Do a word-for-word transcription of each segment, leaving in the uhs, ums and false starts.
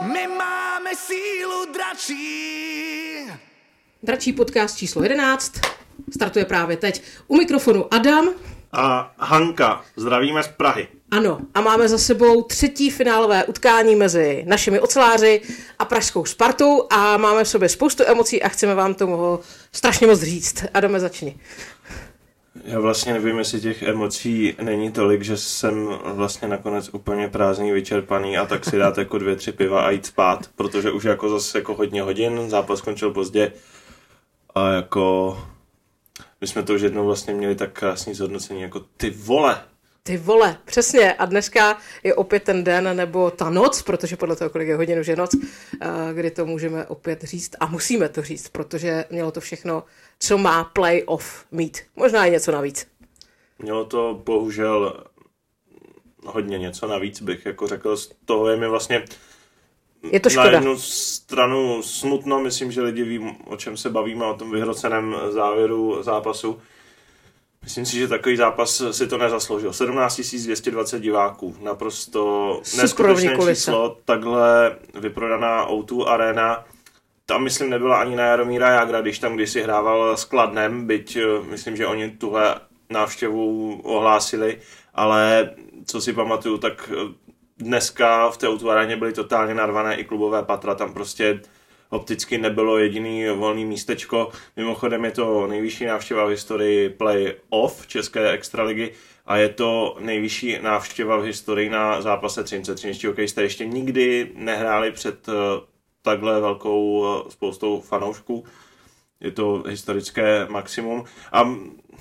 My máme sílu dračí. Dračí podcast číslo jedenáct startuje právě teď. U mikrofonu Adam a Hanka. Zdravíme z Prahy. Ano, a máme za sebou třetí finálové utkání mezi našimi oceláři a pražskou Spartou a máme v sobě spoustu emocí a chceme vám tomu strašně moc říct. Adame, začni. Já vlastně nevím, jestli těch emocí není tolik, že jsem vlastně nakonec úplně prázdný, vyčerpaný a tak si dát jako dvě, tři piva a jít spát, protože už jako zase jako hodně hodin, zápas skončil pozdě a jako my jsme to už jednou vlastně měli tak krásný zhodnocení jako ty vole. Ty vole, přesně. A dneska je opět ten den nebo ta noc, protože podle toho, kolik je hodin už je noc, kdy to můžeme opět říct a musíme to říct, protože mělo to všechno, co má playoff mít. Možná i něco navíc. Mělo to bohužel hodně něco navíc, bych jako řekl. Z toho je mi vlastně je to škoda. Na jednu stranu smutno, myslím, že lidi ví, o čem se bavíme, o tom vyhroceném závěru zápasu. Myslím si, že takový zápas si to nezasloužil. sedmnáct tisíc dvě stě dvacet diváků, naprosto neskutečné číslo, takhle vyprodaná ó dva Arena. Tam, myslím, nebyla ani na Jaromíra Jágra, když tam kdysi hrával s Kladnem, byť myslím, že oni tuhle návštěvu ohlásili, ale co si pamatuju, tak dneska v té ó dva Areně byly totálně narvané i klubové patra, tam prostě opticky nebylo jediný volný místečko. Mimochodem je to nejvyšší návštěva v historii play-off České extraligy a je to nejvyšší návštěva v historii na zápase Třince. Třinečtí hokejisté ještě nikdy nehráli před takhle velkou spoustou fanoušků. Je to historické maximum. A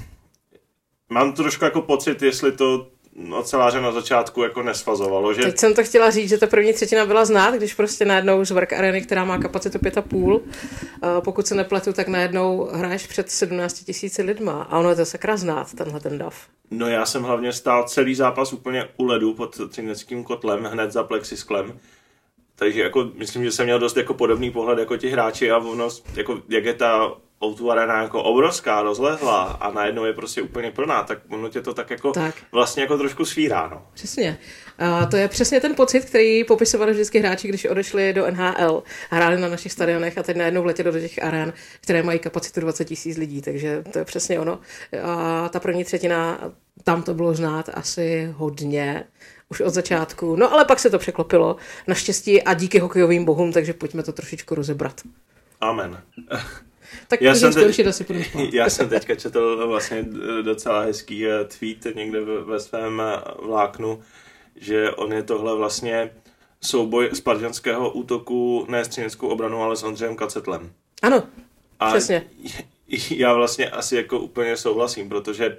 mám trošku jako pocit, jestli to oceláře na začátku jako nesfazovalo. Že... Teď jsem to chtěla říct, že ta první třetina byla znát, když prostě najednou z Work Areny, která má kapacitu pět a půl, pokud se nepletu, tak najednou hraješ před sedmnácti tisíci lidma. A ono je to sakra znát, tenhle ten dav. No já jsem hlavně stál celý zápas úplně u ledu pod třineckým kotlem, hned za plexisklem. Takže jako myslím, že jsem měl dost jako podobný pohled jako ti hráči a ono, jako, jak je ta ó dva Arena jako obrovská, rozlehlá a najednou je prostě úplně plná, tak ono tě to tak jako tak. vlastně jako trošku svírá, no. Přesně. A to je přesně ten pocit, který popisovali vždycky hráči, když odešli do N H L, hráli na našich stadionech a teď najednou vletěli do těch aren, které mají kapacitu dvacet tisíc lidí, takže to je přesně ono. A ta první třetina, tam to bylo znát asi hodně, už od začátku, no ale pak se to překlopilo, naštěstí a díky hokejovým bohům, takže pojďme to trošičku rozebrat. Amen. Tak já, jsem skončit, asi já jsem teďka četl vlastně docela hezký tweet někde ve svém vláknu, že on je tohle vlastně souboj spartanského útoku ne s třineckou obranou, ale s Ondřejem Kacetlem. Ano, a přesně. Já vlastně asi jako úplně souhlasím, protože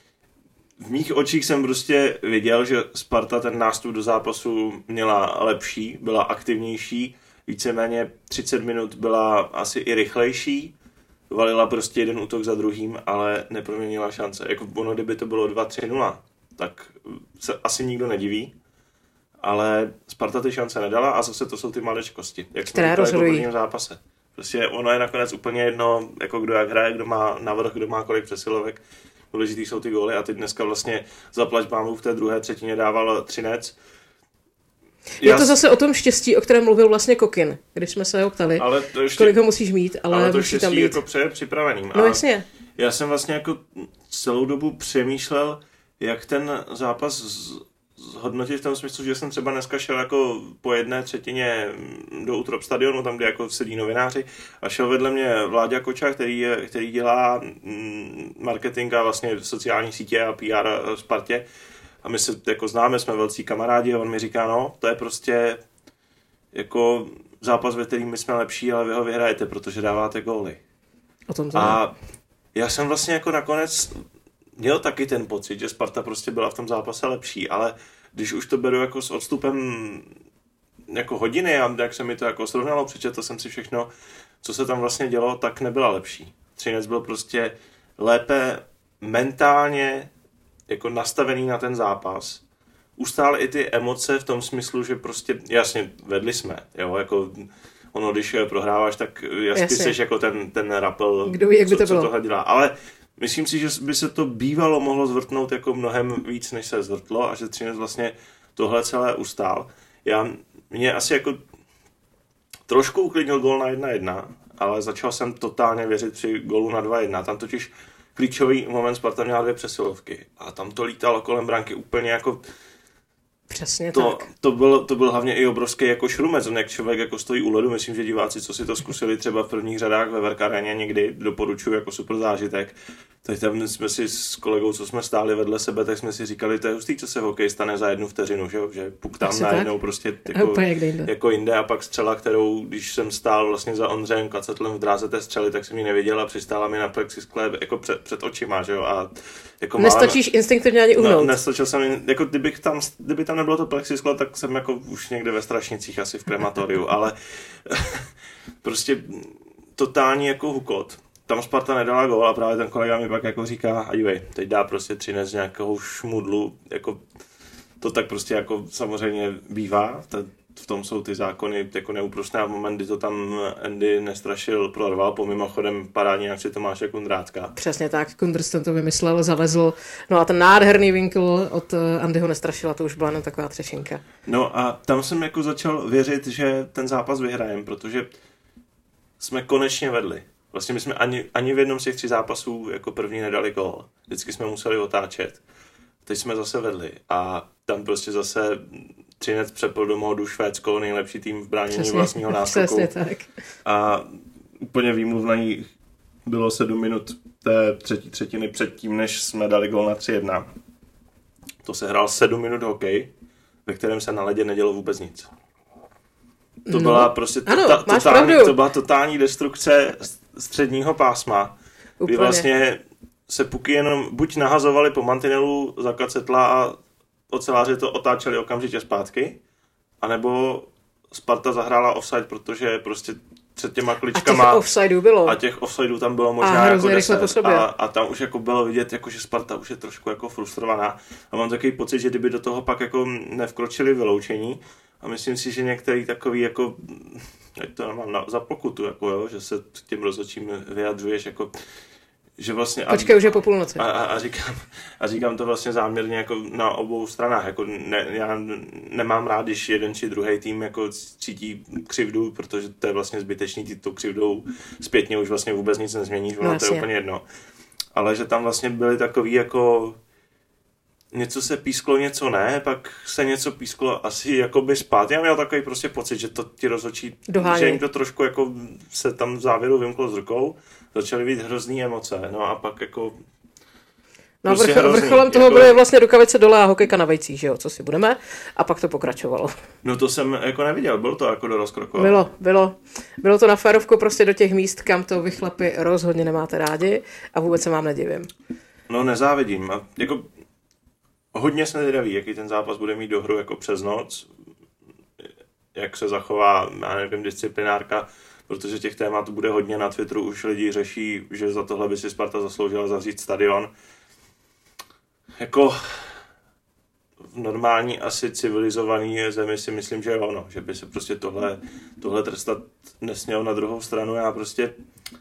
v mých očích jsem prostě viděl, že Sparta ten nástup do zápasu měla lepší, byla aktivnější, víceméně třicet minut byla asi i rychlejší, valila prostě jeden útok za druhým, ale neproměnila šance. Jako ono, kdyby to bylo dva tři nula, tak se asi nikdo nediví, ale Sparta ty šance nedala a zase to jsou ty maličkosti, jak jsme říkali po prvním zápase. Prostě ono je nakonec úplně jedno, jako kdo jak hraje, kdo má navrch, kdo má kolik přesilovek. Důležitý jsou ty góly a ty dneska vlastně zaplať pánbůh v té druhé třetině dával Třinec. Je to zase o tom štěstí, o kterém mluvil vlastně Kokin, když jsme se ho ptali, ale to ještě, kolik ho musíš mít, ale, ale to musí tam být. jako pře připraveným. No jasně. Já jsem vlastně jako celou dobu přemýšlel, jak ten zápas zhodnotit v tom smyslu, že jsem třeba dneska šel jako po jedné třetině do Utrop stadionu, tam, kde jako sedí novináři a šel vedle mě Vláďa Koča, který, který dělá marketing a vlastně sociální sítě a P R Spartě. A my se jako známe, jsme velcí kamarádi a on mi říká, no, to je prostě jako zápas, ve kterým my jsme lepší, ale vy ho vyhrajete, protože dáváte góly. O tom to a já jsem vlastně jako nakonec měl taky ten pocit, že Sparta prostě byla v tom zápase lepší, ale když už to beru jako s odstupem jako hodiny a jak se mi to jako srovnalo, přečetl jsem si všechno, co se tam vlastně dělo, tak nebyla lepší. Třinec byl prostě lépe mentálně jako nastavený na ten zápas. Ustál i ty emoce v tom smyslu, že prostě, jasně, vedli jsme, jo, jako ono, když prohráváš, tak jasně, ty jsi jako ten, ten rapel, Kdo ví, jak by co, to bylo. co tohle dělá, ale myslím si, že by se to bývalo mohlo zvrtnout jako mnohem víc, než se zvrtlo a že Třinec vlastně tohle celé ustál. Já, mě asi jako trošku uklidnil gól na jedna jedna, ale začal jsem totálně věřit při gólu na dva jedna. Tam totiž klíčový moment Sparta měla dvě přesilovky a tam to lítalo kolem branky úplně jako... Přesně to, tak. To byl, to byl hlavně i obrovský jako šrumec, on jak člověk jako stojí u ledu, myslím, že diváci, co si to zkusili třeba v prvních řadách ve Verkareně někdy, doporučuji jako super zážitek. Teď tam jsme si s kolegou, co jsme stáli vedle sebe, tak jsme si říkali, to je hustý, co se v hokeji stane za jednu vteřinu, že, že puk tam najednou prostě jako jinde. jako jinde a pak střela, kterou, když jsem stál vlastně za Ondřejem Kacetlem v dráze té střely, tak jsem ji neviděl a přistála mi na plexiskle jako před, před očima, že jo, a jako nestačíš málem, instinktivně ani uhnout. No, nestačil jsem, jako kdybych tam, kdyby tam nebylo to plexisklo, tak jsem jako už někde ve Strašnicích asi v krematoriu, ale prostě totální jako hukot. Tam Sparta nedala gól a právě ten kolega mi pak jako říká, a dívej, teď dá prostě Třinec z nějakého šmudlu, jako to tak prostě jako samozřejmě bývá, v tom jsou ty zákony jako neúprosné a v moment, kdy to tam Andy Nestrašil prorval, po mimochodem parádní akci Tomáše Kundrátka. Přesně tak, Kundrs ten to vymyslel, zavezl, no a ten nádherný vinkl od Andyho Nestrašila, to už byla jenom taková třešinka. No a tam jsem jako začal věřit, že ten zápas vyhrajem, protože jsme konečně vedli. Vlastně my jsme ani, ani v jednom z těch tří zápasů jako první nedali gól. Vždycky jsme museli otáčet. Teď jsme zase vedli a tam prostě zase Třinec přepl do módu Švédsko, nejlepší tým v bránění přesně, vlastního náskoku. Přesně tak. A úplně výmluvný bylo sedm minut té třetí třetiny předtím, než jsme dali gól na tři jedna. To se hrál sedm minut hokej, ve kterém se na ledě nedělo vůbec nic. To no, byla prostě ano, tota, máš totální, pravdu. to byla totální destrukce středního pásma, úplně. Kdy vlastně se puky jenom buď nahazovaly po mantinelu za Kacetla a oceláři to otáčeli okamžitě zpátky, anebo Sparta zahrála offside, protože prostě před těma kličkama... A těch offsideů bylo. A těch offsideů tam bylo možná jako deset. A, a tam už jako bylo vidět, jako, že Sparta už je trošku jako frustrovaná. A mám takový pocit, že kdyby do toho pak jako nevkročili vyloučení, a myslím si, že některý takový jako, jak to mám na, za pokutu, jako jo, že se tím rozhodčím vyjadřuješ, jako, že vlastně... Počkej, už je po půlnoci. A, a, a, říkám, a říkám to vlastně záměrně jako na obou stranách, jako ne, já nemám rád, když jeden či druhý tým jako cítí křivdu, protože to je vlastně zbytečný, ty tou křivdou zpětně už vlastně vůbec nic nezměníš, ono no, to je úplně jedno. Ale že tam vlastně byly takový jako... něco se písklo, něco ne, pak se něco písklo asi jakoby spát. Já měl takový prostě pocit, že to ti rozhodčí, že jim to trošku jako se tam v závěru vymklo z rukou, začaly být hrozný emoce, no a pak jako... No prostě vrchol, vrcholem toho jako... byly vlastně rukavice dole a hokejka na vejcích, že jo, co si budeme, a pak to pokračovalo. No to jsem jako neviděl, bylo to jako do rozkroku. Bylo, bylo. Bylo to na férovku prostě do těch míst, kam to vy chlapi rozhodně nemáte rádi a vůbec se vám nedivím. No nezávidím, a jako... Hodně se nevědaví, jaký ten zápas bude mít do hru jako přes noc, jak se zachová, já nevím, disciplinárka, protože těch tématů bude hodně na Twitteru, už lidi řeší, že za tohle by si Sparta zasloužila zavřít stadion. Jako v normální, asi civilizovaný zemi si myslím, že jo, no, že by se prostě tohle, tohle trestat nesměl. Na druhou stranu. Já prostě,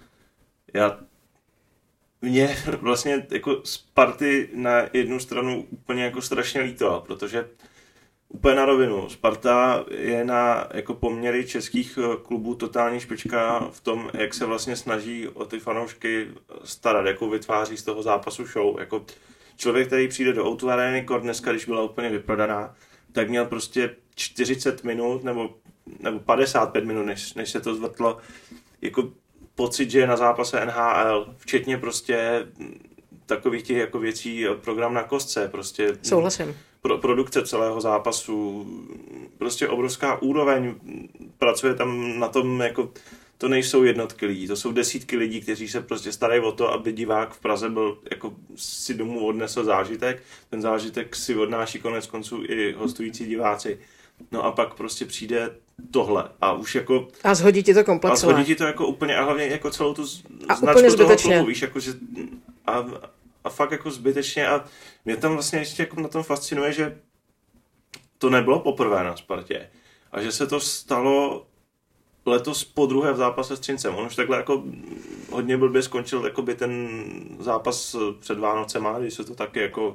já Mně vlastně jako Sparty na jednu stranu úplně jako strašně líto, protože úplně na rovinu. Sparta je na jako poměry českých klubů totální špička v tom, jak se vlastně snaží o ty fanoušky starat, jako vytváří z toho zápasu show. Jako člověk, který přijde do O dva Areny, kor dneska, když byla úplně vyprodaná, tak měl prostě čtyřicet minut nebo, nebo padesát pět minut, než, než se to zvrtlo, jako pocit, že je na zápase N H L, včetně prostě takových těch jako věcí, program na kostce, prostě souhlasím. Pro, produkce celého zápasu, prostě obrovská úroveň, pracuje tam na tom, jako to nejsou jednotky lidí, to jsou desítky lidí, kteří se prostě starají o to, aby divák v Praze byl, jako si domů odnesl zážitek, ten zážitek si odnáší konec konců i hostující diváci. No a pak prostě přijde tohle a už jako... A zhodí ti to komplexně. A zhodí ti to jako úplně a hlavně jako celou tu značku toho klubu, víš, jako že... A, a fakt jako zbytečně a mě tam vlastně ještě jako na tom fascinuje, že to nebylo poprvé na Spartě a že se to stalo letos podruhé v zápase s Třincem. On už takhle jako hodně blbě skončil jakoby ten zápas před Vánocema, když se to taky jako...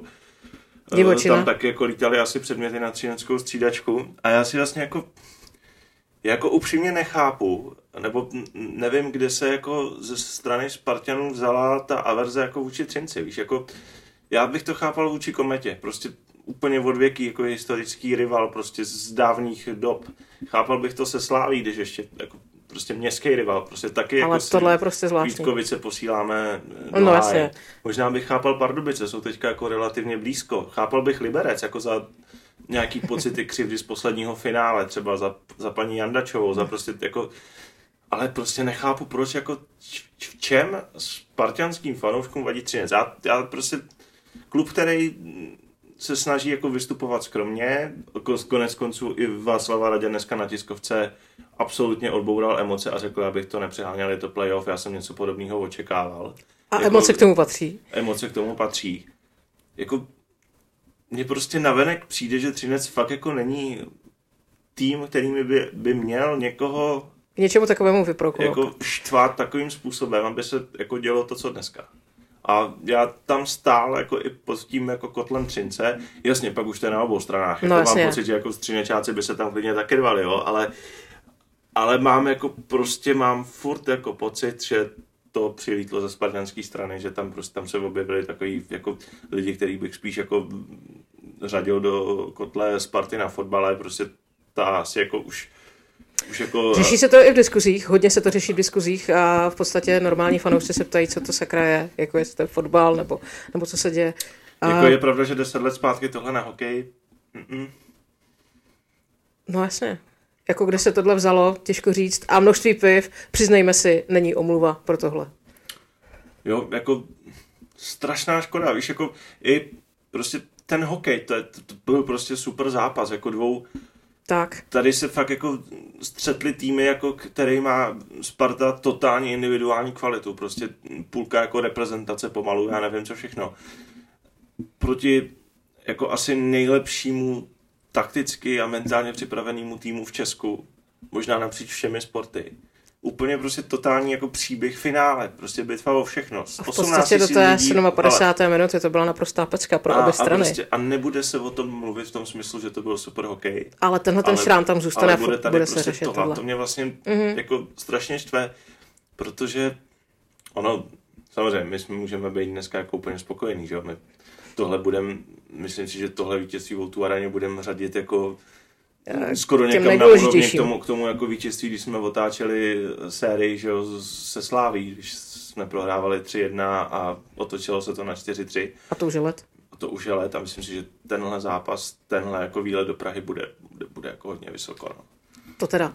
Divočina. Tam taky jako lítali asi předměty na třineckou střídačku a já si vlastně jako jako upřímně nechápu, nebo nevím, kde se jako ze strany Spartanů vzala ta averze jako vůči Třinci, víš, jako já bych to chápal vůči Kometě, prostě úplně odvěký, jako historický rival, prostě z dávných dob. Chápal bych to se Sláví, když ještě jako prostě městský rival, prostě taky ale jako tohle je prostě zvláštní. Vítkovice posíláme do no, háje. Možná bych chápal Pardubice, jsou teďka jako relativně blízko. Chápal bych Liberec, jako za nějaký pocity křivdy z posledního finále, třeba za, za paní Jandačovou, za prostě jako, ale prostě nechápu, proč jako v čem spartanským fanouškům vadí Třinec. Já, já prostě klub, který se snaží jako vystupovat skromně, konec konců i Václava Radě dneska na tiskovce absolutně odboural emoce a řekl, abych to nepřeháněl, je to playoff, já jsem něco podobného očekával. A jako, emoce k tomu patří. Emoce k tomu patří. Jako mně prostě navenek přijde, že Třinec fakt jako není tým, který by, by měl někoho k něčemu takovému vyprovokovat. Jako štvát takovým způsobem, aby se jako dělo to, co dneska. A já tam stál jako i pod tím jako kotlem Třince. Jasně, pak už to je na obou stranách. No, jako mám pocit, že jako Třinečáci by se tam klidně taky rvali, jo, ale, ale mám jako prostě mám furt jako pocit, že to přilítlo ze spartanské strany, že tam prostě tam se objevili takový jako lidi, který bych spíš jako řadil do kotle Sparty na fotbale, prostě ta asi jako už Už jako... Řeší se to i v diskuzích, hodně se to řeší v diskuzích a v podstatě normální fanoušci se ptají, co to sakra je, jako jestli to je fotbal, nebo, nebo co se děje. A... Jako je pravda, že deset let zpátky tohle na hokej? Mm-mm. No jasně. Jako kde se tohle vzalo, těžko říct. A množství piv, přiznejme si, není omluva pro tohle. Jo, jako strašná škoda, víš, jako i prostě ten hokej, to, to, to byl prostě super zápas, jako dvou. Tak. Tady se fakt jako střetli týmy, jako který má Sparta totálně individuální kvalitu, prostě půlka jako reprezentace pomalu, já nevím co všechno. Proti jako asi nejlepšímu takticky a mentálně připravenému týmu v Česku, možná napříč všemi sporty. Úplně prostě totální jako příběh finále, prostě bitva o všechno. A v podstatě do té padesát sedm minuty to byla naprostá pecka pro a, obě strany. A, prostě, a nebude se o tom mluvit v tom smyslu, že to byl super hokej. Ale tenhle ten šrám tam zůstane a bude, bude prostě se řešit tohle. tohle. To mě vlastně mm-hmm. jako strašně štve, protože ono, samozřejmě, my jsme můžeme být dneska jako úplně spokojení, že jo? My tohle budeme, myslím si, že tohle vítězství o tu aréně budeme řadit jako skoro někam na úrovni k tomu, k tomu jako vítězství, když jsme otáčeli sérii, že jo, se Sláví, když jsme prohrávali tři jedna a otočilo se to na čtyři tři. A to už je let. A to už je let a myslím si, že tenhle zápas, tenhle jako výlet do Prahy bude, bude, bude jako hodně vysoko. No. To teda.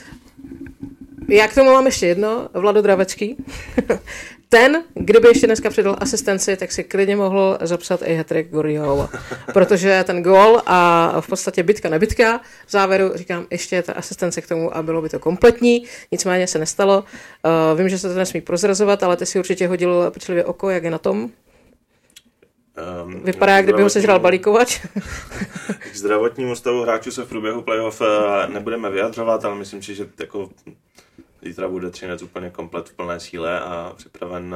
Já k tomu mám ještě jedno, Vlado Dravecký. Ten, kdyby ještě dneska přidal asistenci, tak si klidně mohl zapsat i hat-trick Goriho, protože ten gól a v podstatě bitka nebitka, v závěru říkám ještě ta asistence k tomu a bylo by to kompletní, nicméně se nestalo. Uh, vím, že se to nesmí prozrazovat, ale ty si určitě hodil pečlivě oko, jak je na tom. Um, Vypadá, jak kdyby ho sežral balíkovač. K zdravotnímu stavu hráčů se v průběhu playoff nebudeme vyjadřovat, ale myslím si, že jako zítra bude Třinec úplně komplet v plné síle a připraven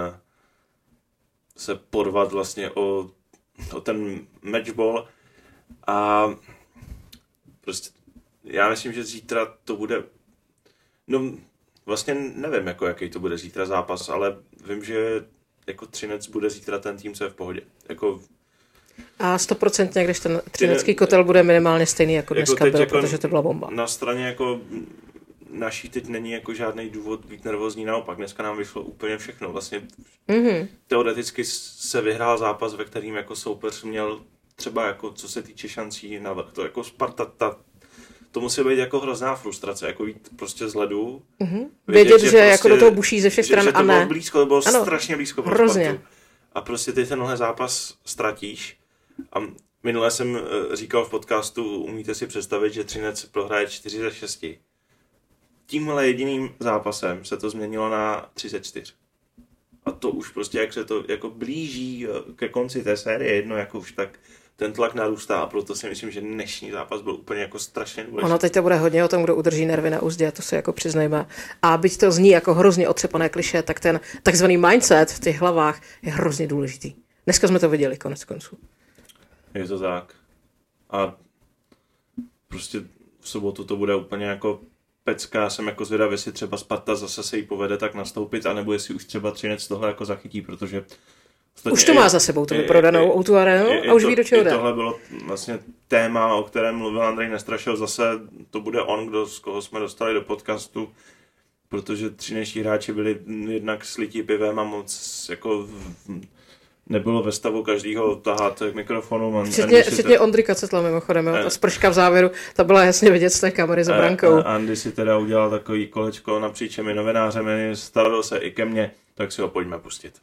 se porvat vlastně o, o ten matchball. A prostě já myslím, že zítra to bude, no vlastně nevím, jako jaký to bude zítra zápas, ale vím, že jako Třinec bude zítra ten tým, co je v pohodě. Jako a stoprocentně, když ten třinecký kotel bude minimálně stejný, jako dneska jako byl, jako protože to byla bomba. Na straně jako naší teď není jako žádný důvod být nervózní, naopak dneska nám vyšlo úplně všechno. Vlastně mm-hmm. teoreticky se vyhrál zápas, ve kterým jako soupeř měl třeba jako co se týče šancí navrch. To jako Sparta, ta, to musí být jako hrozná frustrace, jako jít prostě z ledu. Mm-hmm. Vědět, vědět, že, že prostě, jako do toho buší ze všech stran že, že a ne. to bylo blízko, to bylo ano, strašně blízko pro hrozně. Spartu. A prostě ty tenhle zápas ztratíš. A minule jsem říkal v podcastu, umíte si představit, že Třinec prohraje čtyři ze šesti. Tímhle jediným zápasem se to změnilo na třicet čtyři. A to už prostě, jak se to jako blíží ke konci té série, jedno jako už tak ten tlak narůstá a proto si myslím, že dnešní zápas byl úplně jako strašně důležitý. Ono teď to bude hodně o tom, kdo udrží nervy na úzdě, to si jako přiznejme. A byť to zní jako hrozně otřepané klišé, tak ten takzvaný mindset v těch hlavách je hrozně důležitý. Dneska jsme to viděli, konec konců. Je to tak. A prostě v sobotu to bude úplně jako pecka. Já jsem jako zvědavý, jestli třeba Sparta zase se jí povede tak nastoupit, anebo jestli už třeba Třinec tohle jako zachytí, protože už to má za sebou, to vyprodanou O dva Arenu a už to, ví, do čeho jde. Tohle bylo vlastně téma, o kterém mluvil Andrej Nestrašil, zase to bude on, kdo, z koho jsme dostali do podcastu, protože třinečtí hráči byli jednak slití pivem a moc jako nebylo ve stavu každýho tahat k mikrofonu. Včetně, včetně Ondry Kacetla mimochodem, jo, ta sprška v závěru, ta byla jasně vidět z té kamery za brankou. Andy si teda udělal takový kolečko napříč těmi novinářemi, stavil se i ke mně, tak si ho pojďme pustit.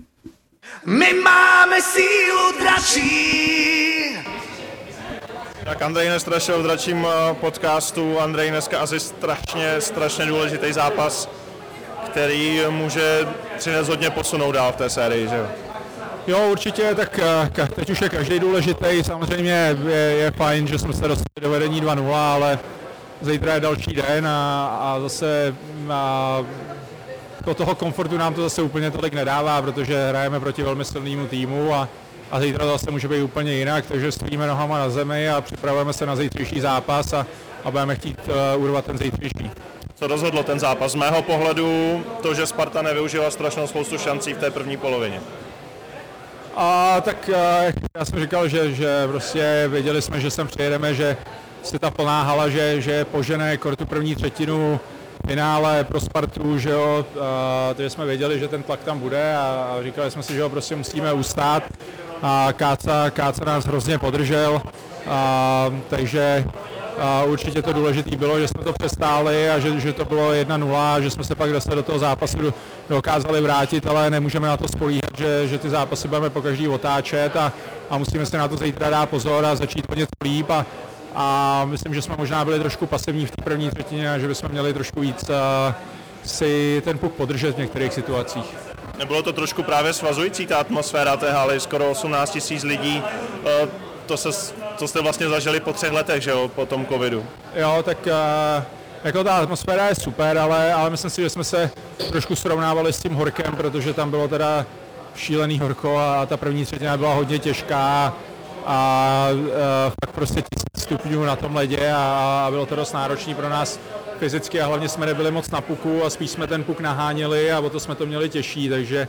My máme sílu dračí. Tak Andrej Nestrašil v dračím podcastu. Andrej, dneska asi strašně, strašně důležitý zápas, který může Třinec hodně posunout dál v té sérii, že jo? Jo, určitě, tak teď už je každý důležitý. Samozřejmě je, je fajn, že jsme se dostali do vedení dva nula, ale zítra je další den a, a zase a do toho komfortu nám to zase úplně tolik nedává, protože hrajeme proti velmi silnému týmu a, a zítra zase může být úplně jinak, takže stojíme nohama na zemi a připravujeme se na zítřejší zápas a, a budeme chtít uh, urvat ten zítřejší. Co rozhodlo ten zápas? Z mého pohledu to, že Sparta nevyužila strašnou spoustu šancí v té první polovině. A tak já jsem říkal, že, že prostě věděli jsme, že sem přijedeme, že se ta plná hala, že, že požene tu první třetinu finále pro Spartu, že jo, a, takže jsme věděli, že ten tlak tam bude a, a říkali jsme si, že ho prostě musíme ustát a Káca, Káca nás hrozně podržel, a, takže a určitě to důležité bylo, že jsme to přestáli a že, že to bylo jedna nula, že jsme se pak zase do toho zápasu dokázali vrátit, ale nemůžeme na to spolíhat, že, že ty zápasy budeme po každý otáčet a, a musíme se na to zítra dát pozor a začít o něco líp a, a myslím, že jsme možná byli trošku pasivní v té první třetině a že bychom měli trošku víc a, si ten puk podržet v některých situacích. Nebylo to trošku právě svazující ta atmosféra té haly, skoro osmnáct tisíc lidí, to, se, to jste vlastně zažili po třech letech, že jo, po tom covidu. Jo, tak jako ta atmosféra je super, ale, ale myslím si, že jsme se trošku srovnávali s tím horkem, protože tam bylo teda šílený horko a ta první třetina byla hodně těžká a, a fakt prostě tisíc stupňů na tom ledě a, a bylo to dost náročný pro nás fyzicky a hlavně jsme nebyli moc na puku a spíš jsme ten puk naháněli a o to jsme to měli těžší, takže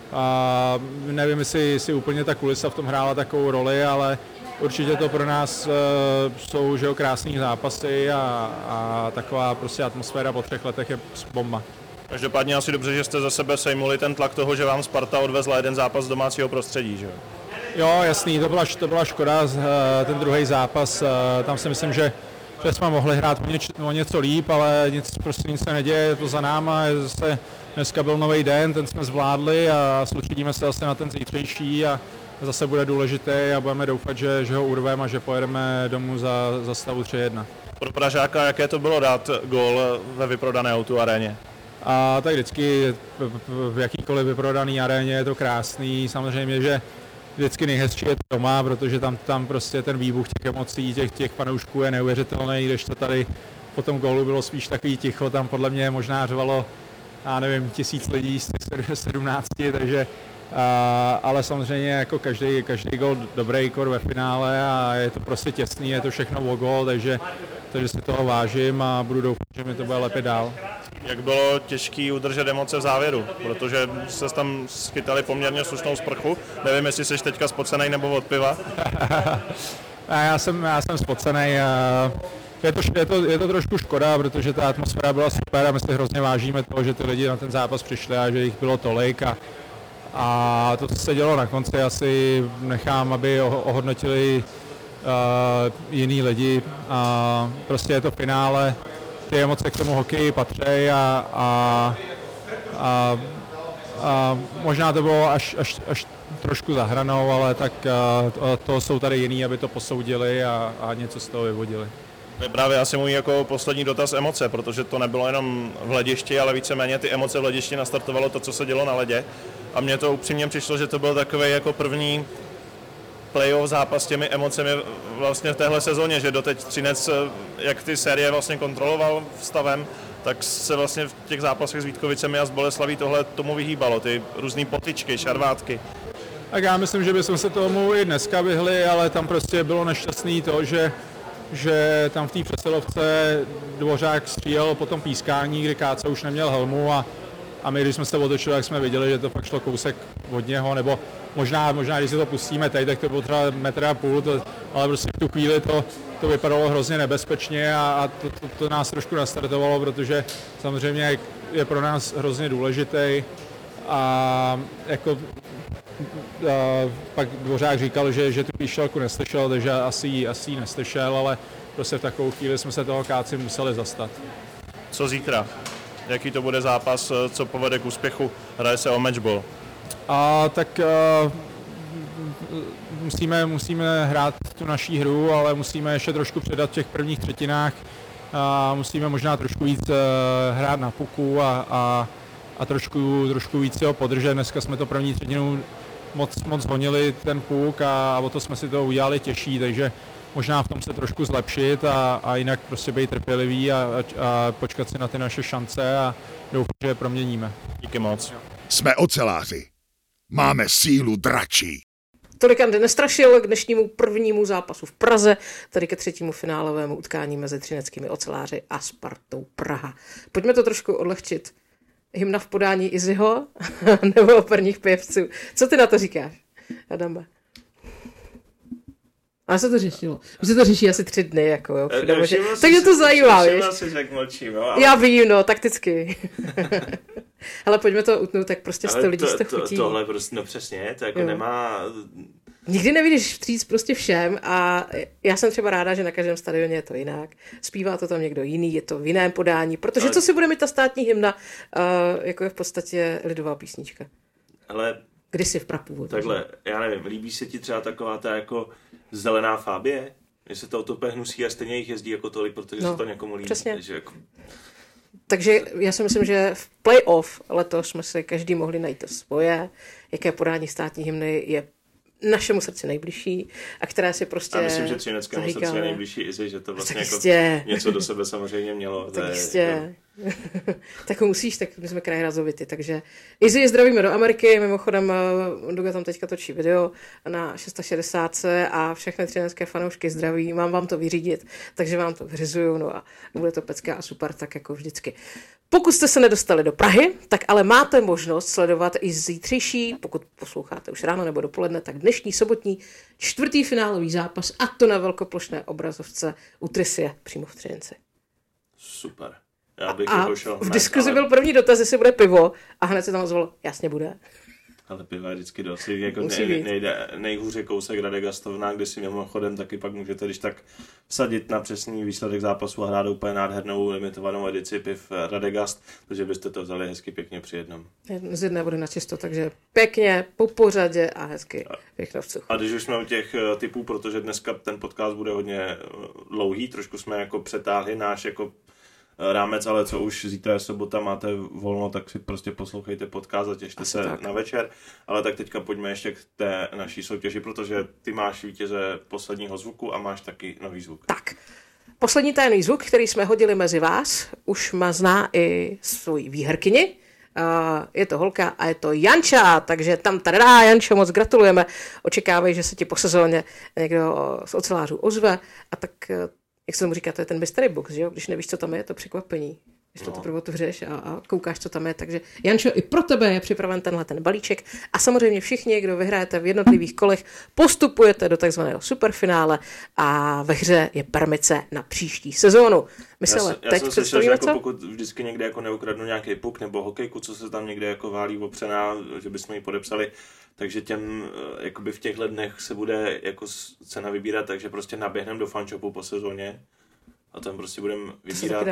a nevím, jestli, jestli úplně ta kulisa v tom hrála takovou roli, ale určitě to pro nás uh, jsou že jo, krásný zápasy a, a taková prostě atmosféra po třech letech je bomba. Každopádně asi dobře, že jste za sebe sejmuli ten tlak toho, že vám Sparta odvezla jeden zápas z domácího prostředí, že jo? Jo, jasný, to byla, to byla škoda, ten druhý zápas, tam si myslím, že, že jsme mohli hrát o, něč, o něco líp, ale nic, prostě nic se neděje, je to za náma, je zase dneska byl nový den, ten jsme zvládli a soustředíme se zase na ten zítřejší a zase bude důležitý a budeme doufat, že, že ho urveme a že pojedeme domů za, za stavu tři jedna. Pro Pražáka, jaké to bylo dát gól ve vyprodané O dva aréně? A tak vždycky v jakýkoliv vyprodaný aréně je to krásný, samozřejmě, že vždycky nejhezčí je to doma, protože tam, tam prostě ten výbuch těch emocí, těch, těch fanoušků je neuvěřitelný, když to tady po tom gólu bylo spíš takový ticho, tam podle mě možná řvalo, já nevím, tisíc lidí z těch sedmnácti, takže a, ale samozřejmě jako každý, každý gól dobrý kor ve finále a je to prostě těsný, je to všechno o gól, takže, takže si toho vážím a budu doufat, že mi to bude lepit dál. Jak bylo těžké udržet emoce v závěru, protože se tam schytali poměrně slušnou sprchu, nevím, jestli jsi teďka spocenej nebo od piva. já, jsem, já jsem spocenej. Je to, je, to, je to trošku škoda, protože ta atmosféra byla super a my si hrozně vážíme toho, že ty lidi na ten zápas přišli a že jich bylo tolik. A, a to, co se dělo na konci, asi nechám, aby ohodnotili uh, jiný lidi. A prostě je to finále, ty emoce k tomu hokeji patří a, a, a, a možná to bylo až, až, až trošku za hranou, ale tak uh, to jsou tady jiní, aby to posoudili a, a něco z toho vyvodili. To je právě asi můj jako poslední dotaz emoce, protože to nebylo jenom v hledišti, ale víceméně ty emoce v hledišti nastartovalo to, co se dělo na ledě. A mně to upřímně přišlo, že to byl takový jako první playoff zápas s těmi emocemi vlastně v téhle sezóně, že doteď Třinec, jak ty série vlastně kontroloval stavem, tak se vlastně v těch zápasech s Vítkovicemi a s Boleslaví tohle tomu vyhýbalo, ty různý potyčky, šarvátky. Tak já myslím, že bychom se tomu i dneska vyhli, ale tam prostě bylo nešťastný to, že že tam v té přesilovce Dvořák střílel po tom pískání, kdy Káca už neměl helmu a, a my, když jsme se otočili, tak jsme viděli, že to fakt šlo kousek od něho, nebo možná, možná když si to pustíme teď, tak to bylo třeba metr a půl, to, ale prostě v tu chvíli to, to vypadalo hrozně nebezpečně a, a to, to, to nás trošku nastartovalo, protože samozřejmě je pro nás hrozně důležitý a jako a pak Dvořák říkal, že, že tu píšťalku neslyšel, takže asi, asi ji neslyšel, ale prostě v takovou chvíli jsme se toho Káci museli zastat. Co zítra? Jaký to bude zápas, co povede k úspěchu? Hraje se o matchball. A tak uh, musíme, musíme hrát tu naší hru, ale musíme ještě trošku předat v těch prvních třetinách. A musíme možná trošku víc uh, hrát na puku a, a, a trošku, trošku víc ho podržet. Dneska jsme to první třetinu moc, moc honili ten puk a, a o to jsme si to udělali těžší, takže možná v tom se trošku zlepšit a, a jinak prostě být trpělivý a, a, a počkat si na ty naše šance a doufám, že je proměníme. Díky moc. Jsme oceláři. Máme sílu dračí. Tolik Andy Nestrašil k dnešnímu prvnímu zápasu v Praze, tedy ke třetímu finálovému utkání mezi třineckými oceláři a Spartou Praha. Pojďme to trošku odlehčit. Hymna v podání Izzyho nebo operních pěvců. Co ty na to říkáš, Adame? A se to řešilo. Už se to řeší asi tři dny, jako jo. E, že... Takže to zajímá, víš? Si, jak mlčím, jo, ale... Já vím, no, takticky. Ale pojďme to utnout, tak prostě sto lidí z toho chutí. Tohle prostě, no přesně, to jako jo. Nemá... Nikdy nevidíš vstříc prostě všem a já jsem třeba ráda, že na každém stadioně je to jinak. Zpívá to tam někdo jiný, je to v jiném podání, protože ale... co si bude mít ta státní hymna, uh, jako je v podstatě lidová písnička. Ale... Kdysi v prapůvodu. Takhle, já nevím, líbí se ti třeba taková ta jako zelená fábie? Že se to autopé hnusí a stejně jich jezdí jako tolik, protože no, se to někomu líbí. Přesně. Takže, jako... Takže já si myslím, že v playoff letos jsme si každý mohli najít to svoje, jaké podání státní hymny je našemu srdci nejbližší a které si prostě... A myslím, že třineckému srdci je nejbližší Izzy, že to vlastně jako něco do sebe samozřejmě mělo. Tak jistě. Tak ho musíš, tak my jsme kraj Razovity, takže Izzy zdravíme do Ameriky, mimochodem Duga tam teďka točí video na šedesát šest a všechny třinecké fanoušky zdraví, mám vám to vyřídit, takže vám to vyřizuju, no a bude to pecka a super, tak jako vždycky. Pokud jste se nedostali do Prahy, tak ale máte možnost sledovat i zítřejší, pokud posloucháte už ráno nebo dopoledne, tak dnešní sobotní čtvrtý finálový zápas a to na velkoplošné obrazovce u Trysie přímo v Třinci. Super. Já bych a jako šel v diskuzi ale... byl první dotaz, jestli bude pivo a hned se tam ozvalo, jasně bude. Ale piva je vždycky dost. Jako nej, nejde, nejhůře kousek Radegastovna, kde si mimochodem taky pak můžete když tak vsadit na přesný výsledek zápasu a hrát úplně nádhernou limitovanou edici piv Radegast, protože byste to vzali hezky pěkně při jednom. Z jedné vody na čisto, takže pěkně, po pořadě a hezky pěkně v cuchu. A když už jsme u těch typů, protože dneska ten podcast bude hodně dlouhý, trošku jsme jako přetáhli náš jako rámec, ale co už zítra je sobota, máte volno, tak si prostě poslouchejte podcast a těšte Asi se tak. na večer. Ale tak teďka pojďme ještě k té naší soutěži, protože ty máš vítěze posledního zvuku a máš taky nový zvuk. Tak, poslední tajný zvuk, který jsme hodili mezi vás, už má zná i svoji výherkyni. Uh, je to holka a je to Janča, takže tam tadá, Jančo, moc gratulujeme. Očekávají, že se ti po sezóně někdo z ocelářů ozve a tak jak se tomu říká, to je ten mystery box, že jo? Když nevíš, co tam je, je to překvapení. Když to no. teprve otevřeš a, a koukáš, co tam je. Takže Jančo, i pro tebe je připraven tenhle ten balíček. A samozřejmě všichni, kdo vyhrajete v jednotlivých kolech, postupujete do takzvaného superfinále a ve hře je permice na příští sezónu. My se ale teď představíme, jako co? Pokud vždycky někde jako neukradnu nějaký puk nebo hokejku, co se tam někde jako válí opřená, že bychom ji podepsali, takže těm jakoby v těchto dnech se bude jako cena vybírat, takže prostě naběhneme do fanshopu po sezóně a tam prostě budeme vybírat.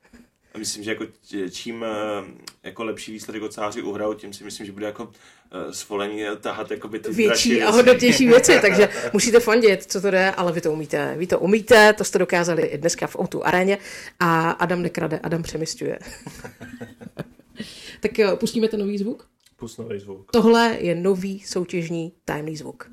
A myslím, že jako čím jako lepší výsledek oceláři uhrajou, tím si myslím, že bude jako svolení tahat jakoby ty větší a hodnotější věci, takže musíte fandit, co to jde, ale vy to umíte. Vy to umíte, to jste dokázali i dneska v O dva aréně a Adam nekrade, Adam přemysťuje. Tak jo, pustíme ten nový zvuk? Pust nový zvuk. Tohle je nový soutěžní tajemný zvuk.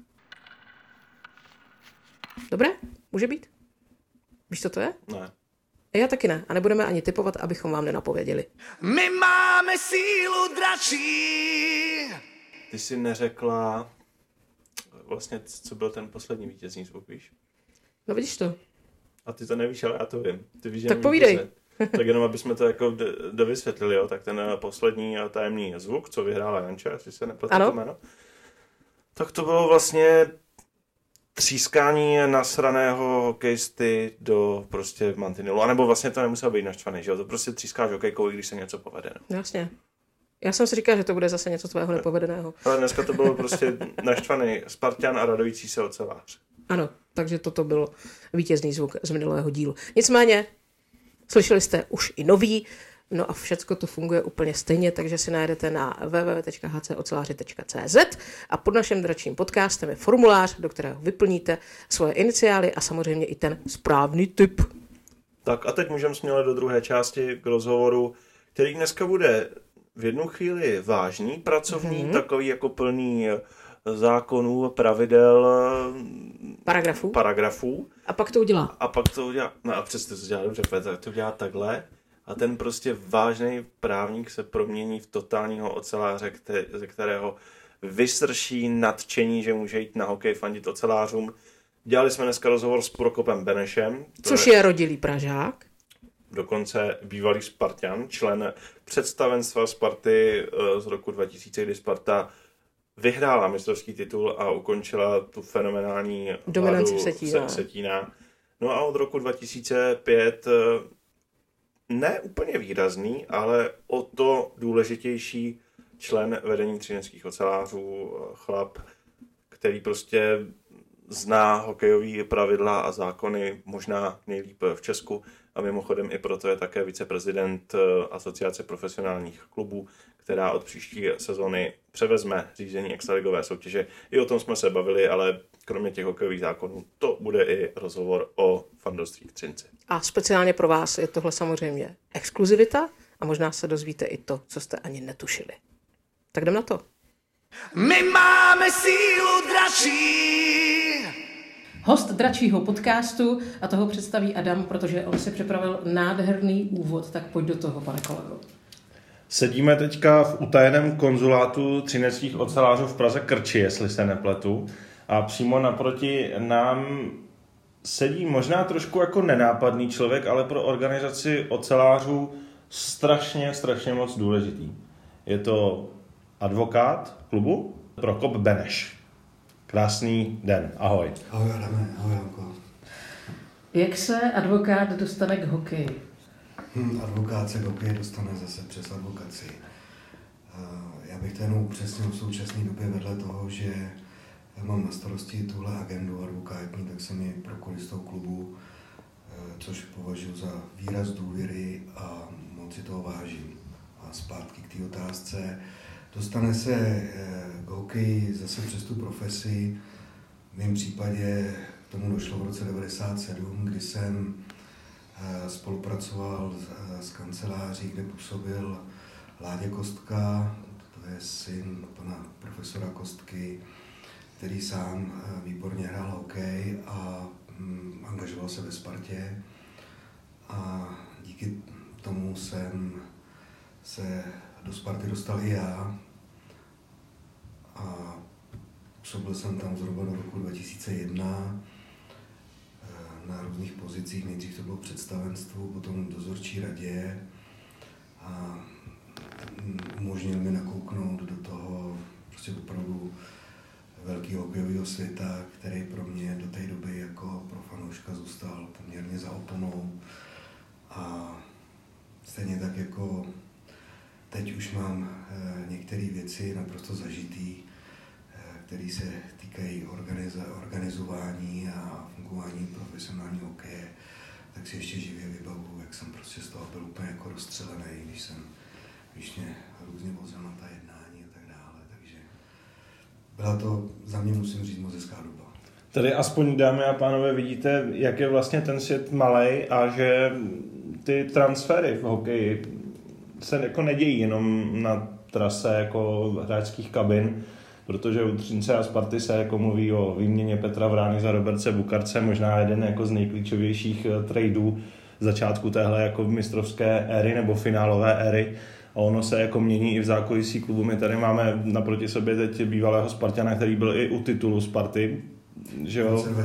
Dobré? Může být? Víš, co to je? Ne. Já taky ne. A nebudeme ani typovat, abychom vám nenapověděli. My máme sílu dračí. Ty jsi neřekla vlastně, co byl ten poslední vítězný zvuk, víš? No vidíš to. A ty to nevíš, ale já to vím. Ty víš, že Tak povídej. Tak jenom, aby jsme to jako dovysvětlili, jo, tak ten poslední tajemný zvuk, co vyhrála Janča, jestli se nepletu to jméno, tak to bylo vlastně třískání nasraného hokejisty do prostě mantinelu. A nebo vlastně to nemuselo být naštvaný, že jo? To prostě třískáš hokejkou, i když se něco povede. No. Jasně. Já jsem si říkal, že to bude zase něco tvého nepovedeného. Ale dneska to bylo prostě naštvaný Spartan a radující se ocelář. Ano, takže toto byl vítězný zvuk z minulého dílu. Nicméně, slyšeli jste už i nový, no a všecko to funguje úplně stejně, takže si najdete na w w w tečka h c oceláři tečka c z a pod naším dračím podcastem je formulář, do kterého vyplníte svoje iniciály a samozřejmě i ten správný tip. Tak a teď můžeme směle do druhé části k rozhovoru, který dneska bude v jednu chvíli vážný, pracovní, mm-hmm. takový jako plný zákonů, pravidel, paragrafů. paragrafů. A pak to udělá. A pak to udělá, no a přesto to dělá dobře, tak to udělá takhle a ten prostě vážný právník se promění v totálního oceláře, kte, ze kterého vysrší nadšení, že může jít na hokej fandit ocelářům. Dělali jsme dneska rozhovor s Prokopem Benešem. Což je, je rodilý Pražák. Dokonce bývalý Spartan, člen představenstva Sparty z roku dva tisíce, kdy Sparta vyhrála mistrovský titul a ukončila tu fenomenální dominanci Vsetína. Vsetína. No a od roku dva tisíce pět ne úplně výrazný, ale o to důležitější člen vedení třineckých ocelářů, chlap, který prostě zná hokejové pravidla a zákony možná nejlíp v Česku a mimochodem i proto je také viceprezident Asociace profesionálních klubů, která od příští sezony převezme řízení extraligové soutěže. I o tom jsme se bavili, ale kromě těch hokejových zákonů to bude i rozhovor o fandovství v Třinci. A speciálně pro vás je tohle samozřejmě exkluzivita a možná se dozvíte i to, co jste ani netušili. Tak jdem na to. My máme sílu dračí. Host dračího podcastu a toho představí Adam, protože on si připravil nádherný úvod, tak pojď do toho, pane kolego. Sedíme teďka v utajeném konzulátu třineckých ocelářů v Praze Krči, jestli se nepletu. A přímo naproti nám sedí možná trošku jako nenápadný člověk, ale pro organizaci ocelářů strašně, strašně moc důležitý. Je to advokát klubu Prokop Beneš. Krásný den, ahoj. Ahoj Adame, ahoj Janko. Jak se advokát dostane k hokeji? Hmm, advokát se k hokeji dostane zase přes advokaci. Já bych to jenom upřesnil v současné době vedle toho, že mám na starosti tuhle agendu advokátní, tak jsem i prokuristou klubu, což považuji za výraz důvěry a moc si toho vážím. A zpátky k té otázce. Dostane se k hokeji zase přes tu profesi. V mém případě k tomu došlo v roce devadesát sedm, kdy jsem spolupracoval s kanceláří, kde působil Láďa Kostka, to je syn pana profesora Kostky, který sám výborně hrál hokej a angažoval se ve Spartě. A díky tomu jsem se do Sparty dostal i já a působil jsem tam zhruba do roku dva tisíce jedna na různých pozicích. Nejdřív to bylo představenstvu, potom dozorčí radě a umožnil mi nakouknout do toho prostě opravdu velkého hokejového světa, který pro mě do té doby jako pro fanouška zůstal poměrně za oponou. A stejně tak jako teď už mám některé věci naprosto zažitý, které se týkají organiza- organizování a fungování profesionálního hokeje, tak si ještě živě vybavu, jak jsem prostě z toho byl úplně jako rozstřelený, když jsem když mě různě vozil na ta jednání a tak dále. Takže byla to za mě, musím říct, moc hezká doba. Tady aspoň, dámy a pánové, vidíte, jak je vlastně ten svět malej a že ty transfery v hokeji se jako nedějí jenom na trase jako hráčských kabin, protože u Třince a Sparty se jako mluví o výměně Petra Vrány za Roberce Bukarce, možná jeden jako z nejklíčovějších tradeů začátku téhle jako mistrovské éry nebo finálové éry. A ono se jako mění i v zákulisí klubu. My tady máme naproti sobě teď bývalého Spartana, který byl i u titulu Sparty. Že jo?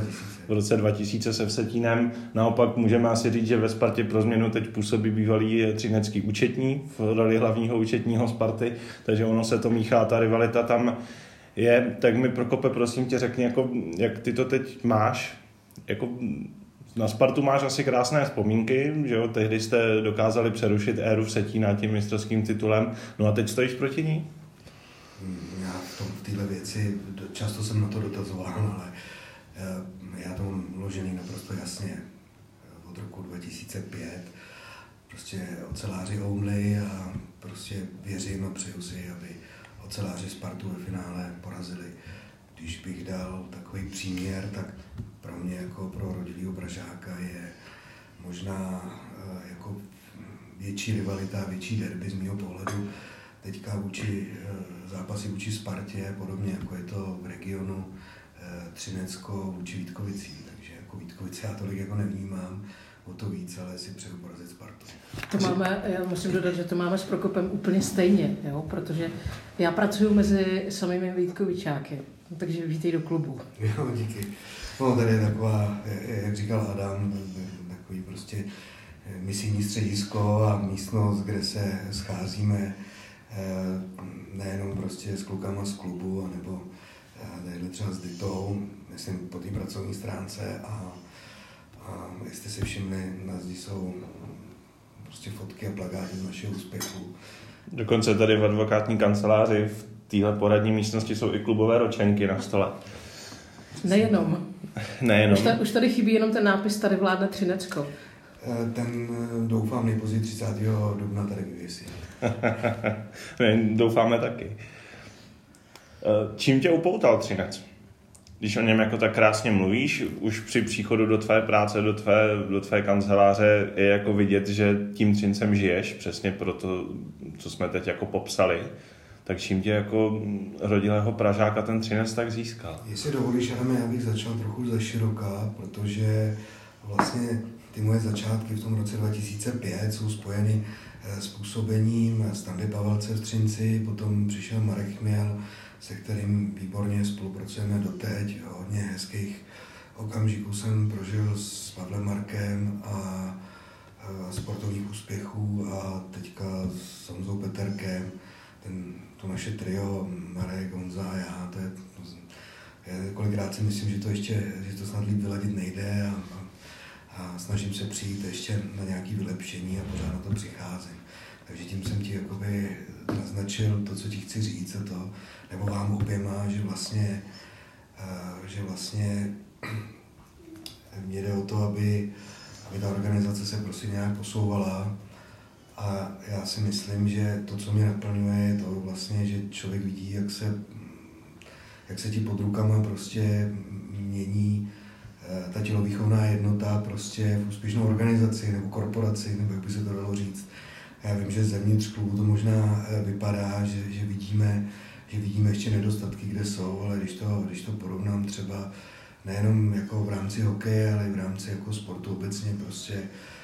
v roce dva tisíce se Vsetínem. Naopak můžeme asi říct, že ve Spartě pro změnu teď působí bývalý třinecký účetní v roli hlavního účetního Sparty, takže ono se to míchá, ta rivalita tam je. Tak mi, Prokope, prosím tě, řekni, jako, jak ty to teď máš. Jako, na Spartu máš asi krásné vzpomínky, že jo? Tehdy jste dokázali přerušit éru Vsetína tím mistrovským titulem, no a teď stojíš proti ní? Já v, tom, v téhle věci, často jsem na to dotazoval, ale já to mám vložený naprosto jasně od roku dva tisíce pět. Prostě oceláři only a prostě věřím a přeju si, aby oceláři Spartu ve finále porazili. Když bych dal takový příměr, tak pro mě jako pro rodilýho Pražáka je možná jako větší rivalita, větší derby z mého pohledu teďka vůči zápasy vůči Spartě, podobně jako je to v regionu Třinecko vůči Vítkovicím. Takže jako Vítkovice já tolik jako nevnímám, o to víc, ale si přeju porazit Spartu. To máme, já musím dodat, že to máme s Prokopem úplně stejně, jo? Protože já pracuji mezi samými Vítkovičáky, takže vítej do klubu. Jo, díky. No, tady je taková, jak říkal Adam, takový prostě misijní středisko a místnost, kde se scházíme nejenom prostě s klukama z klubu, anebo tady třeba s Ditou, myslím po té pracovní stránce a, a jestli si všimli, na zdi jsou prostě fotky a plakáty z našeho úspěchu. Dokonce tady v advokátní kanceláři v téhle poradní místnosti jsou i klubové ročenky na stole. Nejenom. Nejenom. Už, tady, už tady chybí jenom ten nápis Tady vládne Třinecko. Ten doufám nejpozději třicátého dubna tady vyvěsí. Doufáme taky. Čím tě upoutal Třinec? Když o něm jako tak krásně mluvíš, už při příchodu do tvé práce, do tvé, do tvé kanceláře je jako vidět, že tím Třincem žiješ, přesně pro to, co jsme teď jako popsali. Tak čím tě jako rodilého Pražáka ten Třinec tak získal? Jestli dovolíš, Adame, já bych začal trochu ze široka, protože vlastně ty moje začátky v tom roce dva tisíce pět jsou spojeny s působením Standy Pavelce v Třinci, potom přišel Marek Chměl, se kterým výborně spolupracujeme doteď. Hodně hezkých okamžiků jsem prožil s Pavlem Markem a, a sportovních úspěchů a teďka s Honzou Peterkem. Ten, to naše trio, Marek, Honza a já, to je, je, kolikrát si myslím, že to ještě, že to snad líp vyladit nejde a, a, a snažím se přijít ještě na nějaké vylepšení a pořád na to přicházím. Takže tím jsem ti jakoby naznačil to, co ti chci říct a to, nebo vám oběma, že vlastně, že vlastně mě jde o to, aby, aby ta organizace se prostě nějak posouvala a já si myslím, že to, co mě naplňuje, je to vlastně, že člověk vidí, jak se, jak se ti pod rukama prostě mění ta tělovýchovná jednota prostě v úspěšnou organizaci nebo korporaci, nebo jak by se to dalo říct. Já vím, že zevnitř klubu to možná vypadá, že, že, vidíme, že vidíme ještě nedostatky, kde jsou, ale když to, když to porovnám třeba nejenom jako v rámci hokeje, ale i v rámci jako sportu obecně prostě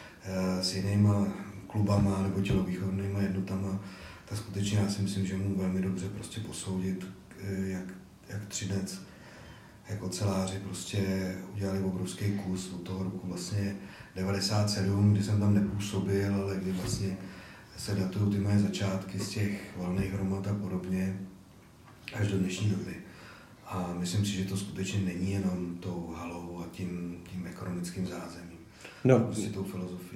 s jinýma klubama nebo tělovýchovnýma jednotama, tak skutečně já si myslím, že mu velmi dobře prostě posoudit, jak, jak Třinec, jak oceláři prostě udělali obrovský kus od toho roku vlastně devadesát sedm, kdy jsem tam nepůsobil, ale kdy vlastně se datují ty moje začátky z těch valných hromad a podobně až do dnešní doby. A myslím si, že to skutečně není jenom tou halou a tím, tím ekonomickým zázemím. No. Prostě tou filozofií.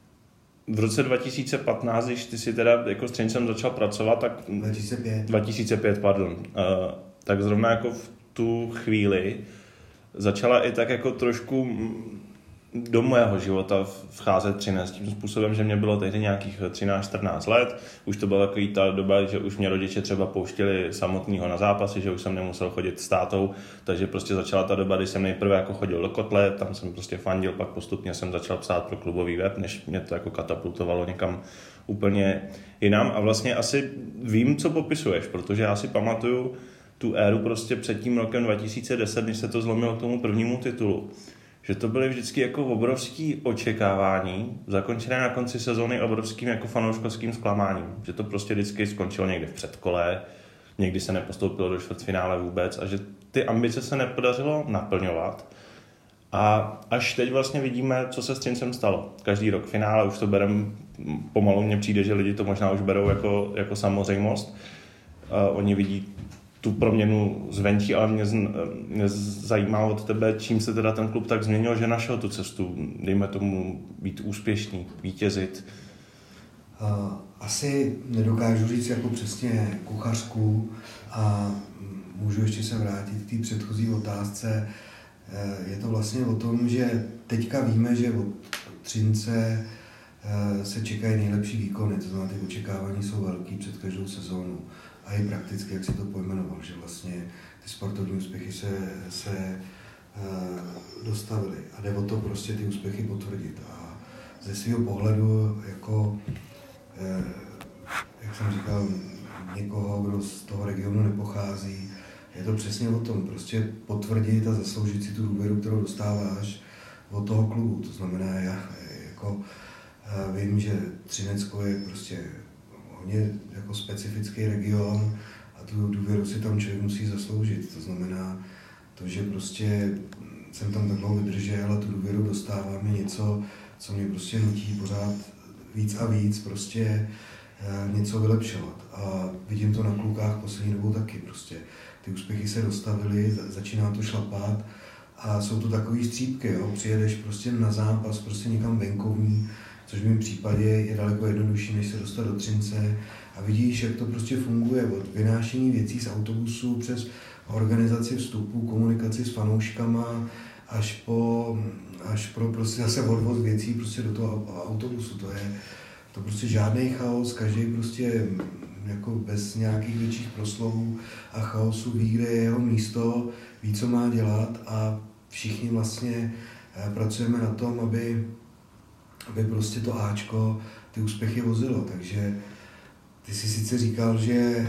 V roce dva tisíce patnáct, když ty si teda jako s Třincem začal pracovat, tak... dva tisíce pět. dva tisíce pět, pardon. Uh, tak zrovna jako v tu chvíli začala i tak jako trošku do mého života vcházet Třinec tím způsobem, že mě bylo tehdy nějakých třináct čtrnáct let. Už to byla takový ta doba, že už mě rodiče třeba pouštěli samotného na zápasy, že už jsem nemusel chodit s tátou, takže prostě začala ta doba, kdy jsem nejprve jako chodil do kotle, tam jsem prostě fandil, pak postupně jsem začal psát pro klubový web, než mě to jako katapultovalo někam úplně jinam. A vlastně asi vím, co popisuješ, protože já si pamatuju tu éru prostě před tím rokem dva tisíce deset, než se to zlomilo k tomu prvnímu titulu. Že to byly vždycky jako obrovský očekávání, zakončené na konci sezóny obrovským jako fanouškovským zklamáním. Že to prostě vždycky skončilo někde v předkole, někdy se nepostoupilo do čtvrtfinále vůbec a že ty ambice se nepodařilo naplňovat. A až teď vlastně vidíme, co se s Třincem stalo. Každý rok finále, už to berem, pomalu mně přijde, že lidi to možná už berou jako, jako samozřejmost. Uh, oni vidí tu proměnu zvenčí, ale mě, mě zajímá od tebe, čím se teda ten klub tak změnil, že našel tu cestu, dejme tomu, být úspěšný, vítězit. Uh, asi nedokážu říct jako přesně kuchařku a můžu ještě se vrátit k té předchozí otázce. Je to vlastně o tom, že teďka víme, že od Třince se čekají nejlepší výkony, to znamená, ty očekávání jsou velký před každou sezónou. A i prakticky, jak si to pojmenoval, že vlastně ty sportovní úspěchy se, se uh, dostavily. A jde o to prostě ty úspěchy potvrdit. A ze svého pohledu, jako, uh, jak jsem říkal, někoho, kdo z toho regionu nepochází, je to přesně o tom, prostě potvrdit a zasloužit si tu důvěru, kterou dostáváš od toho klubu. To znamená, já jako, uh, vím, že Třinecko je prostě hodně jako specifický region a tu důvěru si tam člověk musí zasloužit. To znamená to, že prostě jsem tam takhle vydržel a tu důvěru dostávám je něco, co mě prostě nutí pořád víc a víc prostě něco vylepšovat. A vidím to na klukách poslední dobou taky prostě. Ty úspěchy se dostavily, začíná to šlapat a jsou to takový střípky, jo. Přijedeš prostě na zápas, prostě někam venkovní, což v mém případě je daleko jednodušší, než se dostat do Třince a vidíš, jak to prostě funguje od vynášení věcí z autobusu přes organizaci vstupů, komunikaci s fanouškama, až po, až pro prostě zase odvoz věcí prostě do toho autobusu. To je to prostě žádný chaos, každý prostě jako bez nějakých větších proslovů a chaosu ví, kde je jeho místo, ví, co má dělat a všichni vlastně pracujeme na tom, aby aby prostě to Ačko ty úspěchy vozilo. Takže ty jsi sice říkal, že,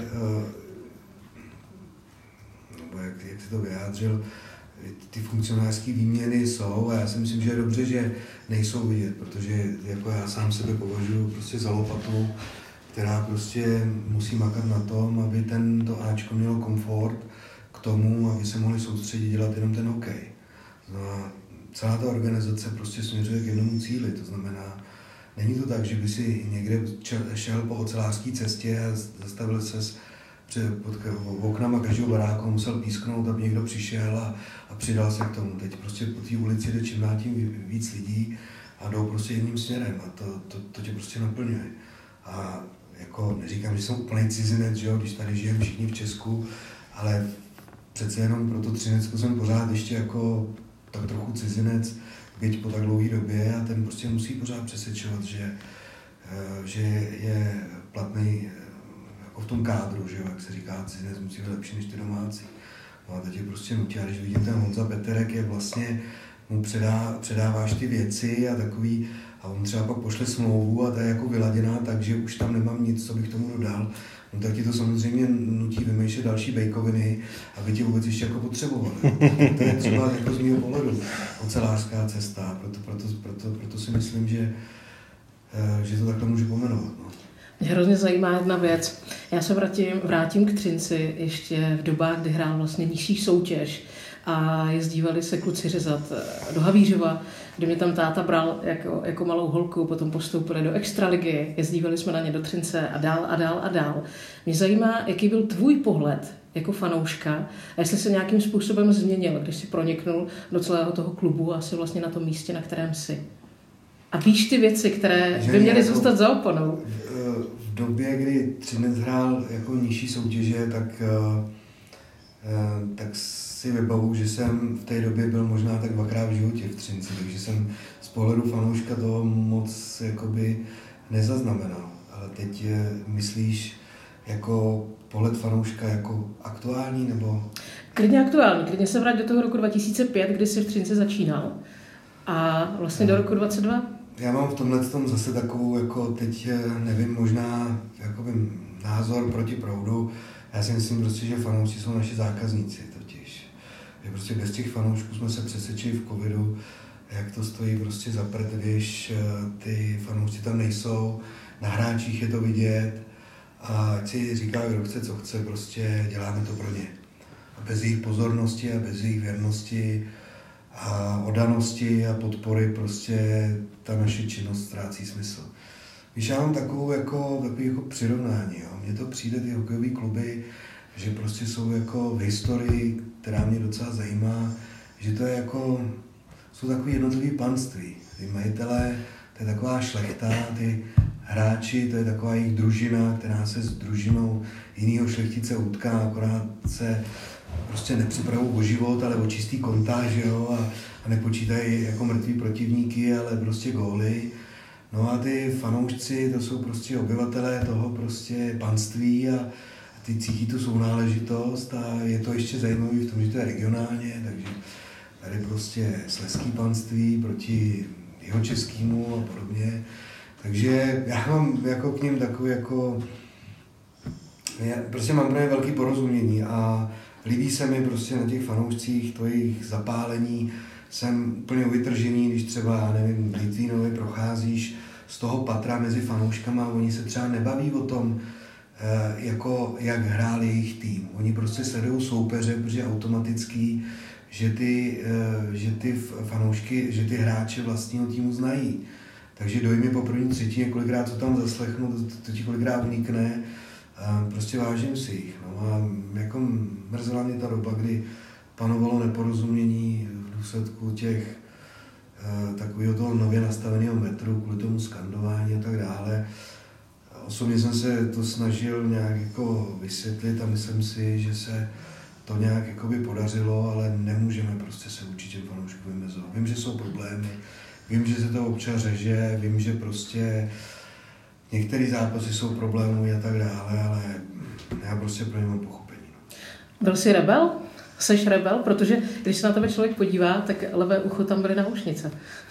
nebo jak, jak jsi to vyjádřil, ty funkcionářské výměny jsou a já si myslím, že je dobře, že nejsou vidět, protože jako já sám sebe považuji prostě za lopatu, která prostě musí makat na tom, aby ten, to Ačko mělo komfort k tomu, aby se mohli soustředit dělat jenom ten hokej. No, celá ta organizace prostě směřuje k jednomu cíli, to znamená, není to tak, že by si někde šel po ocelářské cestě a zastavil ses pod oknama každého baráku, musel písknout, aby někdo přišel a, a přidal se k tomu. Teď prostě po té ulici jde čím dál tím víc lidí a jdou prostě jedním směrem a to, to, to tě prostě naplňuje. A jako neříkám, že jsem úplný cizinec, že jo, když tady žijeme všichni v Česku, ale přece jenom pro to Třinecko jsem pořád ještě jako tak trochu cizinec, byť po tak dlouhé době a ten prostě musí pořád přesvědčovat, že, že je platný jako v tom kádru, že jo, jak se říká, cizinec musí být lepší než ty domácí. No a teď je prostě nutí, a když vidím ten Honza Peterek, je vlastně, mu předá, předáváš ty věci a takový, a on třeba pak pošle smlouvu a ta je jako vyladěná, takže už tam nemám nic, co bych tomu dodal. No tak ti to samozřejmě nutí vymýšlet další bejkoviny, aby tě vůbec ještě jako potřebovali. To je třeba jako z mého pohledu ocelářská cesta, proto, proto, proto, proto si myslím, že, že to takhle můžu pomenovat. No. Mě hrozně zajímá jedna věc. Já se vrátím, vrátím k Třinci ještě v dobách, kdy hrál vlastně nižší soutěž a jezdívali se kluci řezat do Havířova, kde mě tam táta bral jako, jako malou holku, potom postoupili do extraligy, jezdívali jsme na ně do Třince a dál a dál a dál. Mě zajímá, jaký byl tvůj pohled jako fanouška a jestli se nějakým způsobem změnil, když jsi proniknul do celého toho klubu a jsi vlastně na tom místě, na kterém jsi. A víš ty věci, které by měly jako zůstat za oponou. V době, kdy Třinec hrál jako nižší soutěže, tak, tak si vybavu, že jsem v té době byl možná tak dvakrát v životě v Třinci, takže jsem z pohledu fanouška toho moc jakoby nezaznamenal. Ale teď myslíš jako pohled fanouška jako aktuální, nebo? Klidně aktuální, klidně se vrát do toho roku dva tisíce pět, kdy jsi v Třinci začínal a vlastně do roku dvacet dva. Já mám v tomhle tom zase takovou, jako teď nevím, možná jakoby názor proti proudu. Já si myslím prostě, že fanoušci jsou naši zákazníci totiž. Že prostě bez těch fanoušků jsme se přesvědčili v covidu, jak to stojí prostě za prd, když ty fanoušci tam nejsou, na hráčích je to vidět a ať si říká, kdo chce, co chce, prostě děláme to pro ně. A bez jejich pozornosti a bez jejich věrnosti a oddanosti a podpory prostě ta naše činnost ztrácí smysl. Víš, já mám takovou jako, takový jako přirovnání, jo. Mně to přijde ty hokejové kluby, že prostě jsou jako v historii, která mě docela zajímá, že to je jako, jsou takový jednotlivý panství. Ty majitelé, to je taková šlechta, ty hráči, to je taková jejich družina, která se s družinou jinýho šlechtice utká, akorát se prostě nepřipravují o život, ale o čistý kontáž, jo, a, a nepočítají jako mrtví protivníky, ale prostě góly. No a ty fanoušci, to jsou prostě obyvatelé toho prostě panství a ty cítí tu sounáležitost a je to ještě zajímavé v tom, že to je regionálně, takže tady prostě slezský panství proti jihočeskýmu a podobně. Takže já mám jako k ním takový jako, já prostě mám pro ně velký porozumění a líbí se mi prostě na těch fanoušcích to jejich zapálení. Jsem úplně vytržený, když třeba, já nevím, v Litvínově procházíš z toho patra mezi fanouškama, oni se třeba nebaví o tom, jako jak hrál jejich tým. Oni prostě sledují soupeře, protože je automatický, že ty, že ty fanoušky, že ty hráče vlastního týmu znají. Takže dojmy po první třetině, kolikrát co tam zaslechnu, to, to ti kolikrát unikne, prostě vážím si jich. No a jako mrzela mě ta doba, kdy panovalo neporozumění v důsledku těch takového toho nově nastaveného metru, kvůli tomu skandování a tak dále. Osobně jsem se to snažil nějak jako vysvětlit a myslím si, že se to nějak jakoby podařilo, ale nemůžeme prostě se vůči těm fanouškům vymezovat. Vím, že jsou problémy, vím, že se to občas řeže, vím, že prostě některé zápasy jsou problémy a tak dále, ale já prostě pro ně mám pochopení. Byl jsi rebel? Seš rebel? Protože když se na tebe člověk podívá, tak levé ucho tam byly náušnice.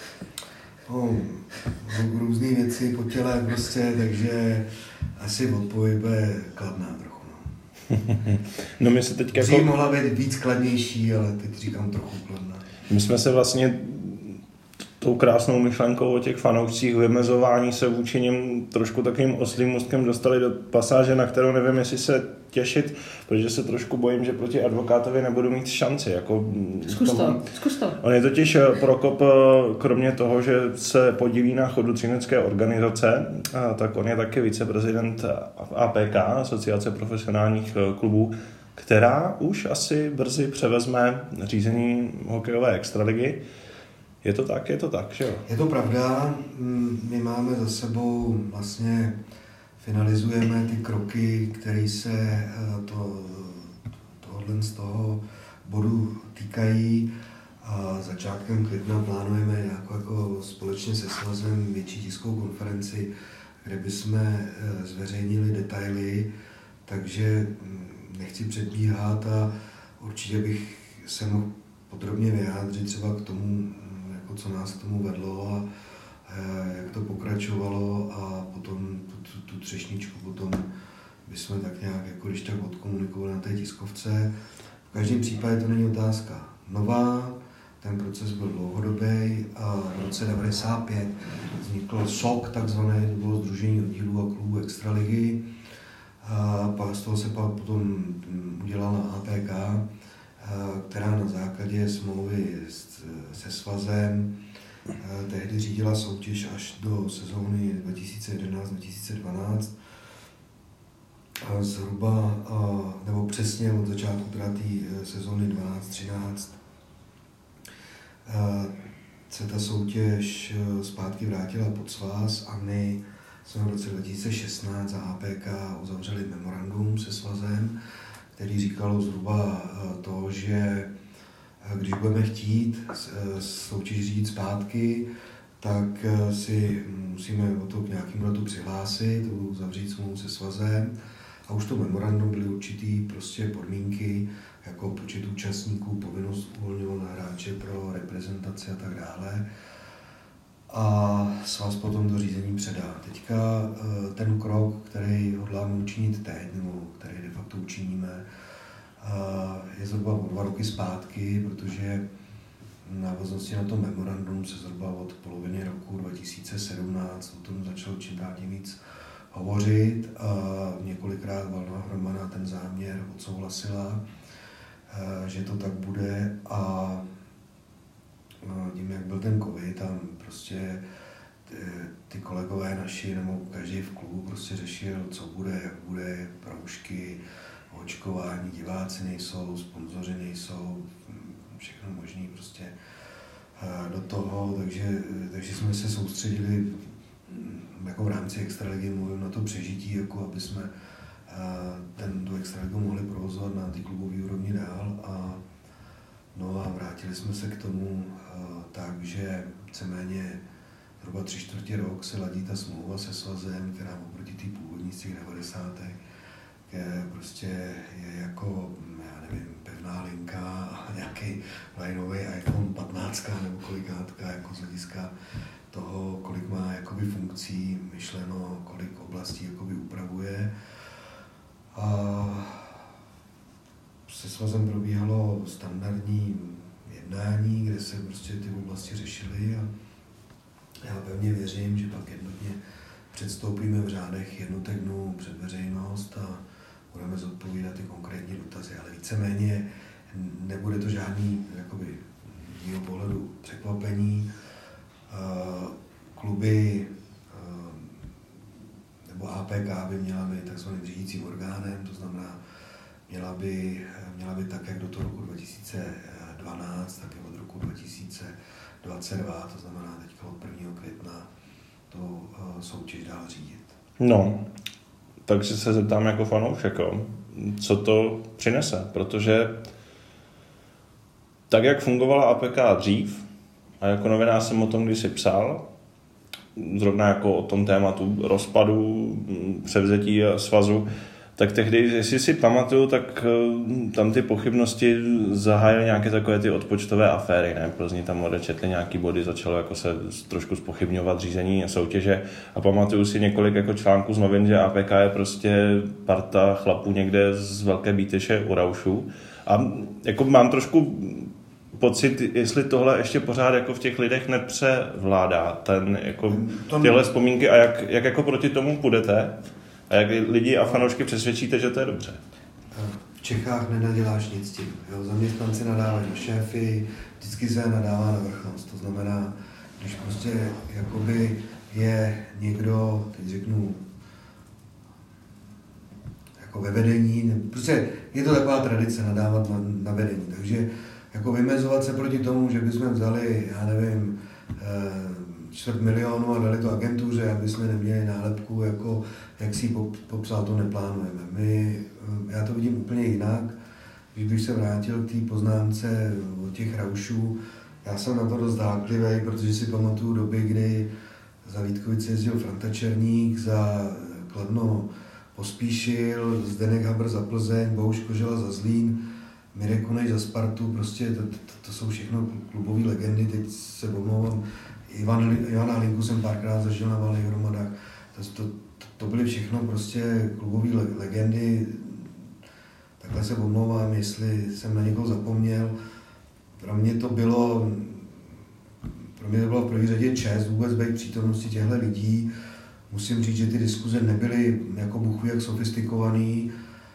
Oh, různé věci po těle prostě, takže asi odpověď bude kladná trochu. No, no my se teďka jako... mohla být víc kladnější, ale teď říkám trochu kladná. My jsme se vlastně tou krásnou myšlenkou o těch fanoušcích, vymezování se vůči nim trošku takovým oslým můstkem dostali do pasáže, na kterou nevím, jestli se těšit, protože se trošku bojím, že proti advokátovi nebudu mít šanci. Jako zkus to, zkus to. On je totiž Prokop, kromě toho, že se podílí na chodu třinecké organizace, tak on je taky viceprezident A P K, Asociace profesionálních klubů, která už asi brzy převezme řízení hokejové extraligy. Je to tak, je to tak, že jo? Je to pravda, my máme za sebou vlastně, finalizujeme ty kroky, které se to, tohle z toho bodu týkají a začátkem května plánujeme jako, jako společně se svazem větší tiskovou konferenci, kde bychom zveřejnili detaily, takže nechci předbíhat a určitě bych se mohl podrobně vyjádřit třeba k tomu, jako co nás k tomu vedlo a jak to pokračovalo a potom tu, tu, tu třešničku potom bychom tak nějak, jako když tak odkomunikovali na té tiskovce. V každém případě to není otázka nová, ten proces byl dlouhodobý a v roce devadesát pět vznikl S O K, takzvané, to bylo Sdružení oddílů a klubů extraligy. A z toho se pak potom udělala A P K, která na základě smlouvy se svazem tehdy řídila soutěž až do sezóny dva tisíce jedenáct dva tisíce dvanáct. Zhruba, nebo přesně od začátku té sezóny dvanáct třináct se ta soutěž zpátky vrátila pod svaz a my jsme v roce dva tisíce šestnáct za A P K uzavřeli memorandum se svazem, který říkalo zhruba to, že když budeme chtít soutěž řídit zpátky, tak si musíme o to k nějakému datu přihlásit, uzavřít smlouvu se svazem a už to memorandum byly určitý prostě podmínky, jako počet účastníků, povinnost uvolňovat hráče pro reprezentaci a tak dále. A svaz potom to řízení předá. Teďka ten krok, který hodláme učinit teď, nebo který de facto učiníme, je zhruba o dva roky zpátky, protože v návaznosti na to memorandum se zhruba od poloviny roku dva tisíce sedmnáct o tom začal čím dál tím víc hovořit a několikrát valná hromada ten záměr odsouhlasila, že to tak bude a tím, jak byl ten covid, tam prostě ty, ty kolegové naši, nebo každý v klubu prostě řešil, co bude, jak bude, roušky, očkování, diváci nejsou, sponzoři nejsou, všechno možný prostě do toho, takže, takže jsme se soustředili jako v rámci extraligy, mluvím na to přežití, jako aby jsme ten, tu extraligu mohli provozovat na ty klubové úrovni dál a no a vrátili jsme se k tomu tak, že víceméně zhruba tři čtvrtě rok se ladí ta smlouva se svazem, která oproti té původní z těch devadesátých je prostě je jako, já nevím, pevná linka a nějaký lineový iPhone patnáct nebo kolikátka jako z hlediska toho, kolik má jakoby funkcí, myšleno, kolik oblastí jakoby upravuje. A se svazem probíhalo standardní jednání, kde se prostě ty oblasti řešily a já pevně věřím, že pak jednotně předstoupíme v řádech jednotek dnů před veřejnost a budeme zodpovídat ty konkrétní dotazy, ale víceméně nebude to žádný, jakoby, z mého pohledu překvapení. Kluby nebo A P K by měla být takzvaným řídícím orgánem, to znamená, měla by, měla by tak, jak do toho roku dva tisíce dvanáct, tak i od roku dva tisíce dvacet dva, to znamená teďka od prvního května, to soutěž dál řídit. No, takže se zeptám jako fanoušek, co to přinese, protože tak, jak fungovala A P K dřív, a jako novinář jsem o tom kdysi psal, zrovna jako o tom tématu rozpadu, převzetí svazu, tak tehdy, jestli si pamatuju, tak tam ty pochybnosti zahájily nějaké takové ty odpočtové aféry, ne? Plzni tam odečetli nějaký body, začalo jako se trošku zpochybňovat řízení soutěže a pamatuju si několik jako článků z novin, že A P K je prostě parta chlapů někde z Velké Bíteše u Raušů a jako mám trošku pocit, jestli tohle ještě pořád jako v těch lidech nepřevládá ten, jako tyhle vzpomínky a jak, jak jako proti tomu půjdete a jak lidi a fanoušky přesvědčíte, že to je dobře. V Čechách nenaděláš nic tím. Jo? Zaměstnanci nadávají na šéfy, vždycky se nadává na vrchnost. To znamená, když prostě jakoby je někdo, teď řeknu, jako ve vedení, prostě je to taková tradice nadávat na, na vedení, takže jako vymezovat se proti tomu, že bychom vzali, já nevím, čtvrt milionu a dali to agentuře, aby jsme neměli nálepku, jako jak si popsal, to neplánujeme. My, já to vidím úplně jinak. Když bych se vrátil k té poznámce od těch Raušů, já jsem na to dost háklivý, protože si pamatuju doby, kdy za Vítkovice jezdil Franta Černík, za Kladno Pospíšil, Zdeněk Habr za Plzeň, Bouš Kožela za Zlín, Mirek Kunej za Spartu, prostě to, to, to jsou všechno klubové legendy, teď se omlouvám. Ivan, Ivana Hlinku jsem párkrát zažil na valných hromadách. To, to, to byly všechno prostě klubové legendy. Takhle se omlouvám, jestli jsem na někoho zapomněl. Pro mě to bylo, pro mě to bylo v první řadě čest vůbec být přítomnosti těchto lidí. Musím říct, že ty diskuze nebyly jako buchu jak sofistikovaný.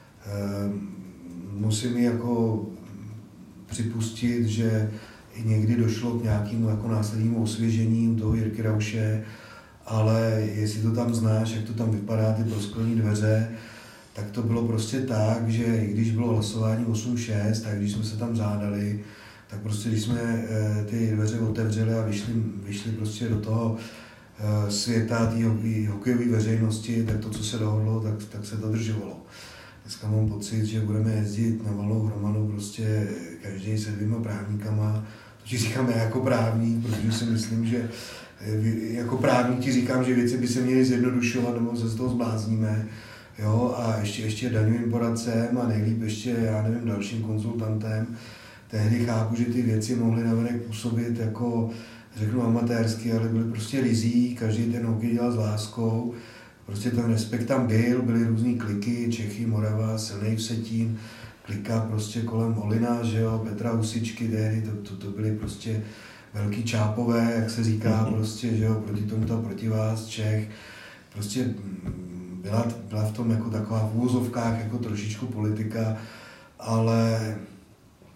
Musím jako připustit, že i někdy došlo k nějakému jako následnímu osvěžení toho Jirky Rauše, ale jestli to tam znáš, jak to tam vypadá, ty prosklené dveře, tak to bylo prostě tak, že i když bylo hlasování osm šest, tak když jsme se tam zádali, tak prostě když jsme ty dveře otevřeli a vyšli, vyšli prostě do toho světa té hokejové veřejnosti, tak to, co se dohodlo, tak, tak se to držovalo. Dneska mám pocit, že budeme jezdit na valnou hromadu prostě každý se dvěma právníkama. To ti říkám já jako právník, protože si myslím, že jako právník ti říkám, že věci by se měly zjednodušovat, nebo se z toho zblázníme. Jo, a ještě, ještě daňovým poradcem a nejlíp ještě, já nevím, dalším konzultantem. Tehdy chápu, že ty věci mohly navenek působit jako, řeknu amatérsky, ale byly prostě rizí, každý ten hokej dělal s láskou. Prostě ten respekt tam byl, byly různý kliky, Čechy, Morava, Silnej Vsetín, klika prostě kolem Holina, že jo, Petra Husičky, tehdy, to, to, to byly prostě velký čápové, jak se říká, prostě, že jo, proti tomu to proti vás, Čech. Prostě byla, byla v tom jako taková v úvozovkách jako trošičku politika, ale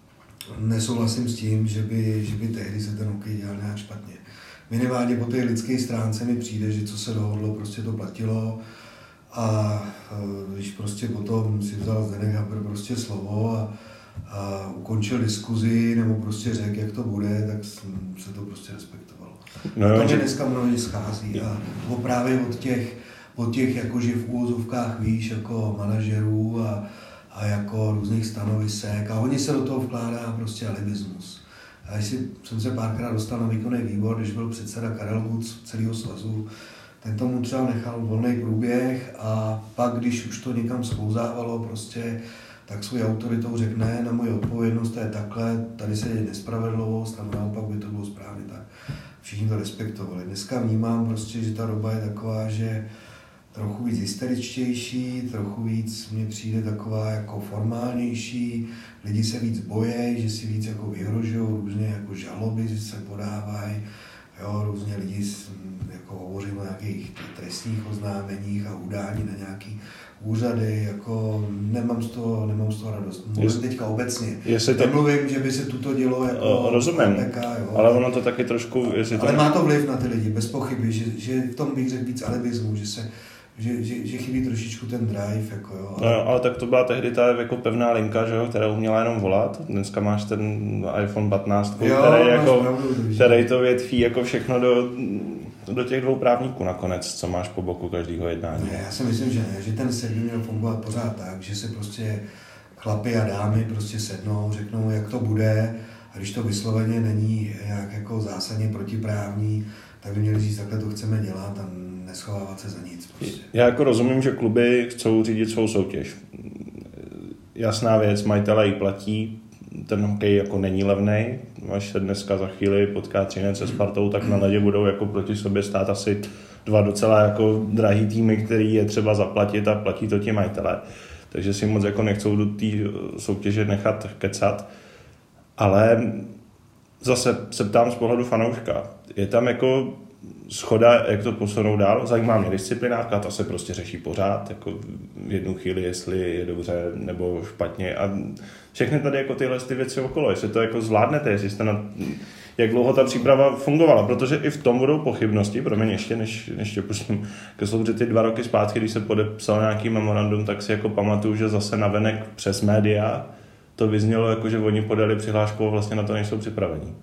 nesouhlasím s tím, že by, že by tehdy se ten hokej dělal nějak špatně. Minimálně po té lidské stránce mi přijde, že co se dohodlo, prostě to platilo a když prostě potom si vzal Zdeněk Haber prostě slovo a, a ukončil diskuzi nebo prostě řekl, jak to bude, tak se to prostě respektovalo. No, to mě dneska mnohdy schází a to právě od těch, od těch jakože v úvozovkách víš, jako manažerů a, a jako různých stanovisek a hodně se do toho vkládá prostě alibismus. A jestli jsem se párkrát dostal na výkonný výbor, když byl předseda Karel Guc celého svazu, ten tomu třeba nechal volný průběh a pak, když už to někam sklouzávalo, prostě, tak svou autoritou řekne, na moji odpovědnost to je takhle, tady se děje nespravedlivost a naopak by to bylo správně tak. Všichni to respektovali. Dneska vnímám prostě, že ta doba je taková, že trochu víc hysteričtější, trochu víc mně přijde taková jako formálnější, lidi se víc bojejí, že si víc jako vyhrožují, různě jako žaloby se podávají, jo, různě lidi jako hovoří o nějakých trestních oznámeních a udání na nějaký úřady, jako nemám z toho, nemám z toho radost. Mluvím teďka obecně. Jestli to... Nemluvím, že by se tuto dělo jako... Rozumím, P K, jo, ale ono to taky trošku... Jestli ale to... má to vliv na ty lidi, bez pochyby, že, že v tom bych řekl víc alibismu, že se Že, že, že chybí trošičku ten drive, jako jo. Ale... No, ale tak to byla tehdy ta jako pevná linka, že jo, která uměla jenom volat. Dneska máš ten iPhone patnáct, jo, který, jako, pravdu, který to větví jako všechno do, do těch dvou právníků nakonec, co máš po boku každého jednání. Ne, já si myslím, že ne, že ten set by měl fungovat pořád tak, že se prostě chlapi a dámy prostě sednou, řeknou, jak to bude, a když to vysloveně není nějak jako zásadně protiprávní, tak by měli říct, takhle to chceme dělat a neschovávat se za nic. Prostě. Já jako rozumím, že kluby chcou řídit svou soutěž. Jasná věc, majitelé ji platí, ten hokej jako není levnej. Až se dneska za chvíli potká Třinec se Spartou, tak na ledě budou jako proti sobě stát asi dva docela jako drahý týmy, který je třeba zaplatit a platí to ti majitelé. Takže si moc jako nechcou do té soutěže nechat kecat. Ale zase se ptám z pohledu fanouška. Je tam jako schoda, jak to posunou dál. Zajímá mě disciplinárka, ta se prostě řeší pořád, jako v jednu chvíli, jestli je dobře nebo špatně. A všechny tady jako tyhle ty věci okolo, jestli to jako zvládnete, jestli jste na, jak dlouho ta příprava fungovala, protože i v tom budou pochybnosti, pro mě ještě, než, než tě pustím ke slovu, že ty dva roky zpátky, když se podepsal nějaký memorandum, tak si jako pamatuju, že zase navenek přes média to vyznělo jako, že oni podali přihlášku a vlastně na to nejsou připraveni.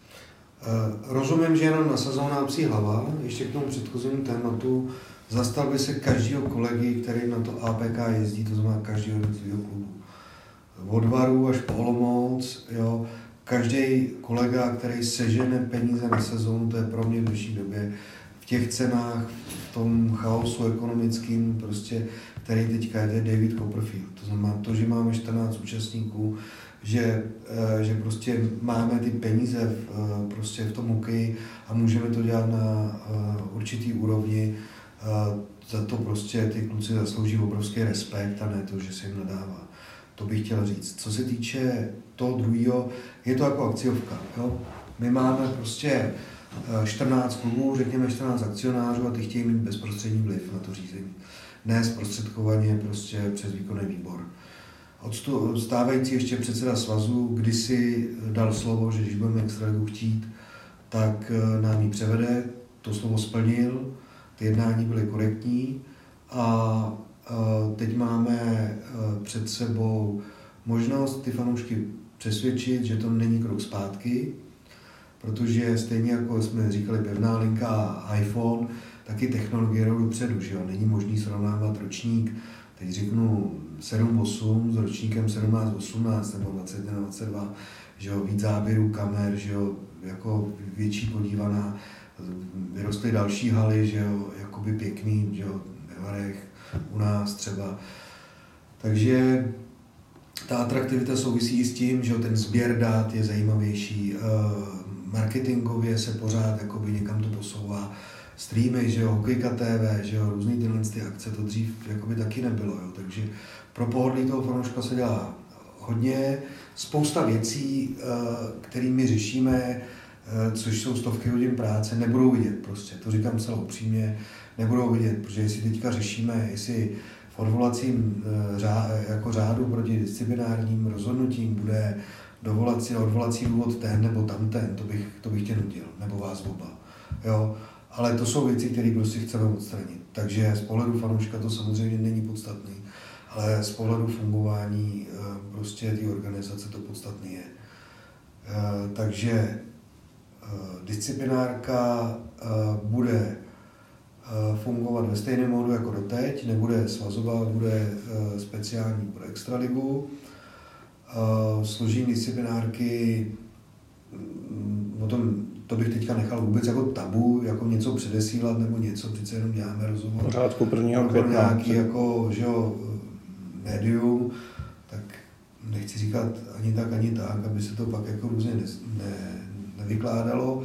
Rozumím, že jenom nasazovaná psí hlava, ještě k tomu předchozímu tématu, zastal by se každého kolegy, který na to A P K jezdí, to znamená každého jednotlivého klubu. Od Varu až po Olomouc, jo, každý kolega, který sežene peníze na sezónu, to je pro mě v dnešní době v těch cenách, v tom chaosu ekonomickým, prostě, který teďka je David Copperfield. To znamená to, že máme čtrnáct účastníků, že, že prostě máme ty peníze v, prostě v tom hokeji a můžeme to dělat na určitý úrovni. Za to prostě ty kluci zaslouží obrovský respekt a ne to, že se jim nadává. To bych chtěl říct. Co se týče toho druhého, je to jako akciovka. Jo? My máme prostě čtrnáct klubů, řekněme čtrnáct akcionářů a ty chtějí mít bezprostřední vliv na to řízení. Ne zprostředkovaně prostě přes výkonný výbor. Odstu, stávající ještě předseda svazu kdysi dal slovo, že když budeme extraligu chtít, tak nám ji převede, to slovo splnil, ty jednání byly korektní a teď máme před sebou možnost ty fanoušky přesvědčit, že to není krok zpátky, protože stejně jako jsme říkali pevná linka a iPhone, taky technologie jdou dopředu, že jo, není možný srovnávat ročník, teď řeknu sedm osm s ročníkem sedmnáct osmnáct nebo dvacet jedna dvacet dva, že jo, víc záběrů kamer, že jo, jako větší podívaná, vyrostly další haly, že jo, jakoby pěkný, že jo, ve Varech, u nás třeba. Takže ta atraktivita souvisí i s tím, že jo, ten sběr dat je zajímavější, marketingově se pořád jakoby někam to posouvá, streamy, že jo, Hokejka T V, že jo, různý tyhle ty akce, to dřív jakoby taky nebylo, jo, takže pro pohodlí toho fanouška se dělá hodně, spousta věcí, které my řešíme, což jsou stovky hodin práce, nebudou vidět prostě, to říkám celou upřímně, nebudou vidět, protože jestli teďka řešíme, jestli v odvolacím řá, jako řádu proti disciplinárním rozhodnutím bude dovolací, odvolací důvod ten nebo tamten, to bych, to bych tě nutil, nebo vás oba. Jo? Ale to jsou věci, které prostě chceme odstranit. Takže z pohledu fanouška to samozřejmě není podstatný, ale z pohledu fungování prostě té organizace to podstatné je. Takže disciplinárka bude fungovat ve stejném módu jako doteď, nebude svazová, bude speciální pro extraligu. Složení disciplinárky, o tom, to bych teďka nechal vůbec jako tabu, jako něco předesílat nebo něco, přece jenom děláme rozhovor. Pořádku prvního května. Nějaký jako, že jo, médium, tak nechci říkat ani tak, ani tak, aby se to pak jako různě ne, ne, nevykládalo.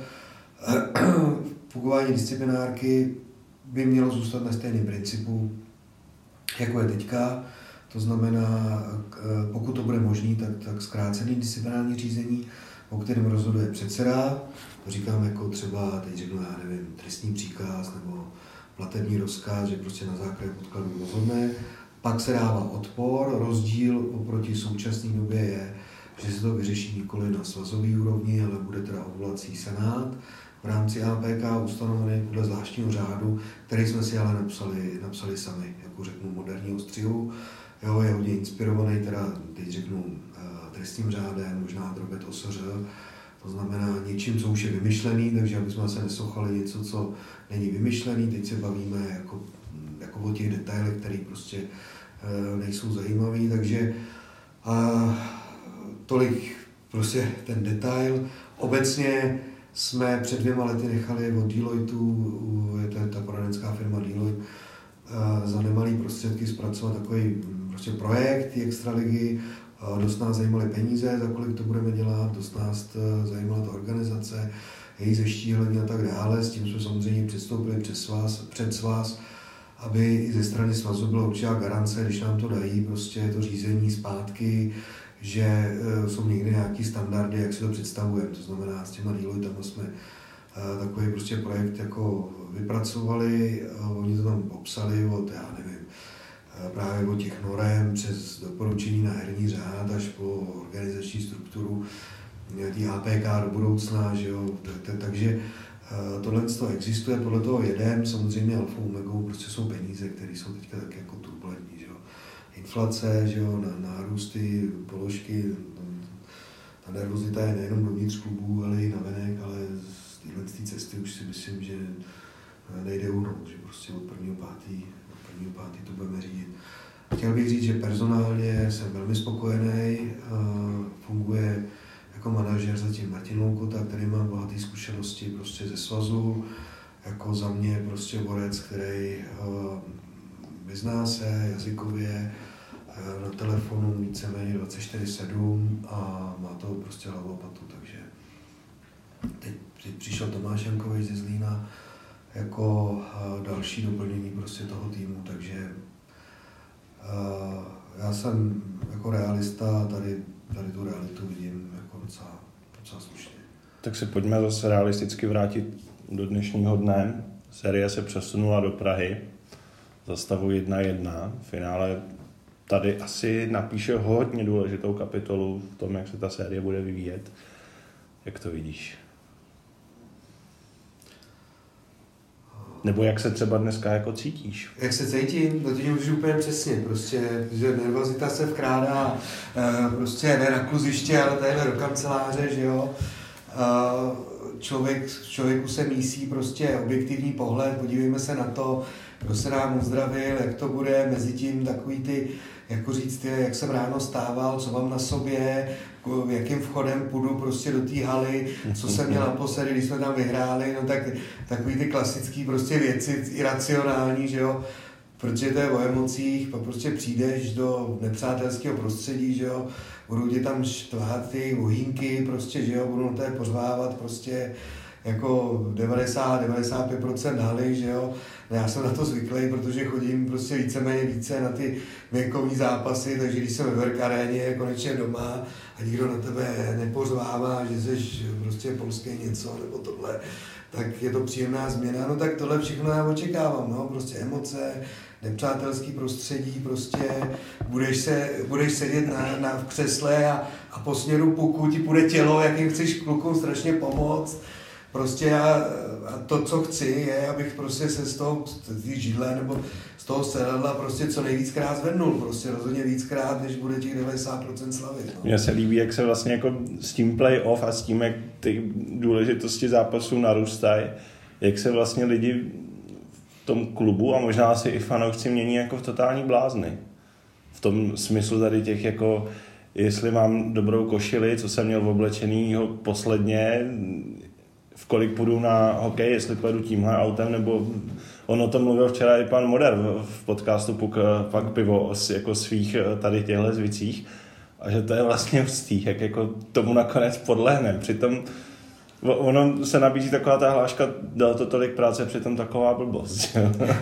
Fungování disciplinárky by mělo zůstat na stejném principu, jako je teďka. To znamená, pokud to bude možné, tak, tak zkrácený disciplinární řízení, o kterém rozhoduje předseda. To říkám jako třeba, teď řeknu, já nevím, trestní příkaz nebo platební rozkaz, že prostě na základě podkladů rozhodne. Pak se dává odpor. Rozdíl oproti současné době je, že se to vyřeší nikoli na svazové úrovni, ale bude teda odvolací senát v rámci A P K ustanovený podle zvláštního řádu, který jsme si ale napsali, napsali sami, jako řeknu moderního střihu. Jo, je hodně inspirovaný, teda teď řeknu trestním řádem, možná drobet O S R, to znamená něčím, co už je vymyšlený, takže aby jsme se nesochali něco, co není vymyšlený. Teď se bavíme jako, jako o těch detailech, které prostě e, nejsou zajímavé, takže a, tolik prostě ten detail. Obecně jsme před dvěma lety nechali od Deloitu, je to ta poradenská firma Deloitte, za nemalý prostředky zpracovat takový prostě projekt extraligy. Dost nás zajímaly peníze, za kolik to budeme dělat, dost nás zajímala ta organizace, její zeštíhlení a tak dále. S tím jsme samozřejmě předstoupili před svaz, před svaz, aby i ze strany svazu byla určitá garance, když nám to dají, prostě to řízení zpátky, že jsou někde nějaký standardy, jak si to představujeme. To znamená, s těma Deloittama jsme takový prostě projekt jako vypracovali, oni to tam popsali od, já nevím, právě od těch norem přes doporučení na herní řád až po organizační strukturu tý A P K do budoucna, že jo, takže tohle to existuje, podle toho jedem, samozřejmě alfou omegou prostě jsou peníze, které jsou teďka taky jako turbulentní, že jo. Inflace, že jo, nárůsty, položky, ta nervozita je nejenom dovnitř klubů, ale i navenek, ale z téhle cesty už si myslím, že nejde uhnout, že prostě od prvního pátý, od prvního pátý to budeme řídit. Chtěl bych říct, že personálně jsem velmi spokojený, funguje jako manažer zatím Martin Loukota, který má bohaté zkušenosti prostě ze svazu, jako za mě prostě borec, který vyzná se jazykově, na telefonu víceméně dvacet čtyři sedm a má to prostě hlavu a patu, takže teď přišel Tomáš Jankovič ze Zlína jako další doplnění prostě toho týmu, takže já jsem jako realista, tady, tady tu realitu vidím jako docela, docela slušně. Tak se pojďme zase realisticky vrátit do dnešního dne. Série se přesunula do Prahy za stavu jedna jedna. V finále tady asi napíše hodně důležitou kapitolu v tom, jak se ta série bude vyvíjet. Jak to vidíš? Nebo jak se třeba dneska jako cítíš? Jak se cítím? No to už úplně přesně. Prostě, že nervozita se vkrádá prostě ne na kluziště, ale tady do kanceláře, že jo. Člověk, člověku se mísí prostě objektivní pohled, podívejme se na to, kdo se nám uzdravil, jak to bude, mezi tím takový ty, jako říct, jak jsem ráno stával, co mám na sobě, jakým vchodem půjdu prostě do té haly, co jsem měl naposledy, když jsme tam vyhráli, no tak takový ty klasický prostě věci, iracionální, že jo, protože to je o emocích, pak prostě přijdeš do nepřátelského prostředí, že jo, budou tě tam štvát ty ohýnky, prostě, že jo, budou na té pořvávat prostě jako devadesát až devadesát pět procent haly, že jo. No já jsem na to zvyklý, protože chodím prostě víceméně více na ty věkovní zápasy, takže když jsem ve Werk Aréně konečně doma a nikdo na tebe nepořvává, že jsi prostě polský něco nebo tohle, tak je to příjemná změna. No tak tohle všechno já očekávám, no, prostě emoce, nepřátelský prostředí, prostě budeš, se, budeš sedět na, na, v křesle a, a po směru puku ti půjde tělo, jak jim chceš klukům strašně pomoct. Prostě a, a to, co chci, je, abych prostě se z toho z té židle nebo z toho sedadla prostě co nejvíckrát zvednul, prostě rozhodně víckrát, než bude těch devadesát procent slavit. No. Mně se líbí, jak se vlastně jako s tím play-off a s tím, jak ty důležitosti zápasů narůstají, jak se vlastně lidi v tom klubu a možná si i fanoušci mění jako v totální blázny. V tom smyslu tady těch jako, jestli mám dobrou košili, co jsem měl oblečenýho posledně, v kolik půjdu na hokej, jestli pojedu tímhle autem, nebo on o tom mluvil včera i pan Moder v podcastu Puk, Pak pivo, jako svých tady těchto zvicích, a že to je vlastně hustý, jak jako tomu nakonec podlehnem. Přitom ono se nabízí taková ta hláška, dal to tolik práce, přitom taková blbost.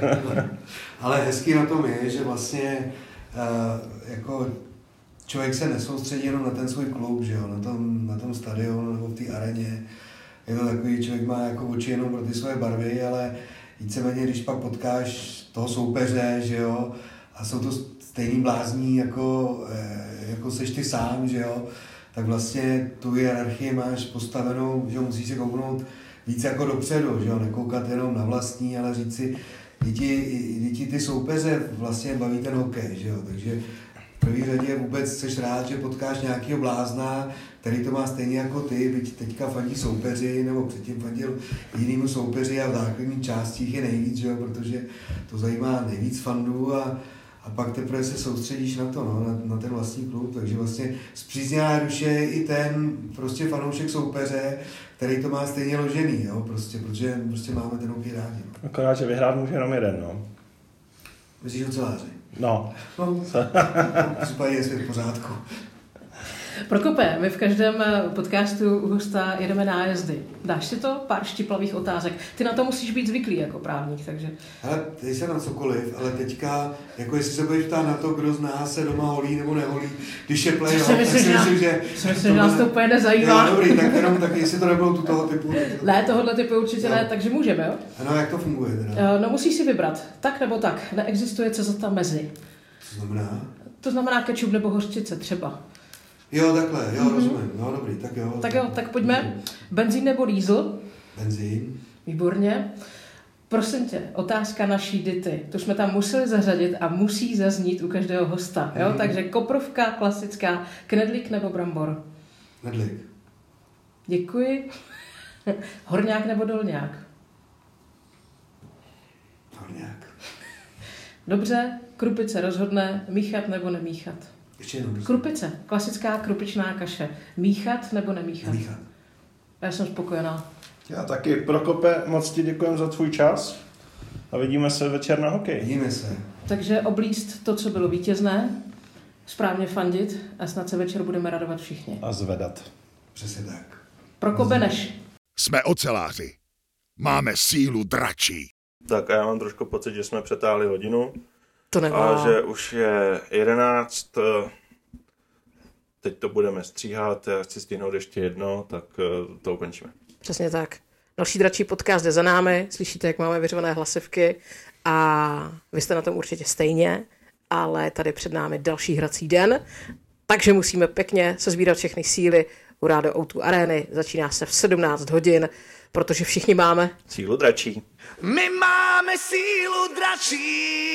Ale hezký na tom je, že vlastně uh, jako člověk se nesoustředí jenom na ten svůj klub, že jo, na tom, na tom stadionu nebo v té areně. Je to takový, člověk má jako oči jenom pro ty své barvy, ale víceméně, když pak potkáš toho soupeře, že jo, a jsou to stejný blázní, jako, jako seš ty sám, že jo, tak vlastně tu hierarchii máš postavenou, že jo, musíš se kouknout víc jako dopředu, že jo, nekoukat jenom na vlastní, ale říct si, děti ty soupeře vlastně baví ten hokej, že jo, takže v první řadě vůbec seš rád, že potkáš nějakého blázna, který to má stejně jako ty, byť teďka fandí soupeři, nebo předtím fandil jinýmu soupeři a v základní části je nejvíc, že jo, protože to zajímá nejvíc fandů a, a pak teprve se soustředíš na to, no, na, na ten vlastní klub, takže vlastně zpřízněná duše je i ten prostě fanoušek soupeře, který to má stejně ložený, jo, prostě, protože prostě máme ten hokej rádi. No. Akorát, že vyhrát může jenom jeden, no. Myslíš oceláři? No. No, případně je svět v pořádku. Prokope, my v každém podcastu u hosta jedeme nájezdy. Dáš si to? Pár štiplavých otázek. Ty na to musíš být zvyklý jako právník, takže... Hele, teď se na cokoliv, ale teďka, jako jestli se budeš ptát na to, kdo z nás se doma holí nebo neholí, když je play, no, tak si myslím, že... Si myslím, že nás to úplně nezajímá. Jo, dobrý, tak jenom, tak jestli to nebylo tu toho typu... To... Ne, tohohle typu určitě no. Ne, takže můžeme, jo? Ano, jak to funguje teda? No musíš si vybrat, tak nebo tak, neexistuje cesta mezi. Co znamená? To znamená kečup nebo hořčice třeba. Jo, takhle, jo, mm-hmm. rozumím. No, dobrý, tak jo. Tak jo, tak pojďme. Benzín nebo diesel? Benzín. Výborně. Prosím tě, otázka naší Dity. To jsme tam museli zařadit a musí zaznít u každého hosta. Jo? Mm-hmm. Takže koprovka, klasická, knedlík nebo brambor? Knedlík. Děkuji. Horňák nebo dolňák? Horňák. Dobře, krupice rozhodne, míchat nebo nemíchat? Ještě jednou. Krupice, klasická krupičná kaše. Míchat nebo nemíchat? Nemíchat. Já jsem spokojená. Já taky. Prokope, moc ti děkujem za tvůj čas a vidíme se večer na hokej. Vidíme se. Takže oblíct to, co bylo vítězné, správně fandit a snad se večer budeme radovat všichni. A zvedat. Přesně tak. Prokope než. Jsme oceláři. Máme sílu dračí. Tak a já mám trošku pocit, že jsme přetáhli hodinu. To nemá. A že už je jedenáct. Teď to budeme stříhat. Já chci stihnout ještě jedno, tak to ukončíme. Přesně tak. Další dračí podcast je za námi. Slyšíte, jak máme vyřvané hlasivky a vy jste na tom určitě stejně, ale tady před námi další hrací den, takže musíme pěkně sezbírat všechny síly u Rádio ó dva Arény. Začíná se v sedmnáct hodin, protože všichni máme sílu dračí. My máme sílu dračí.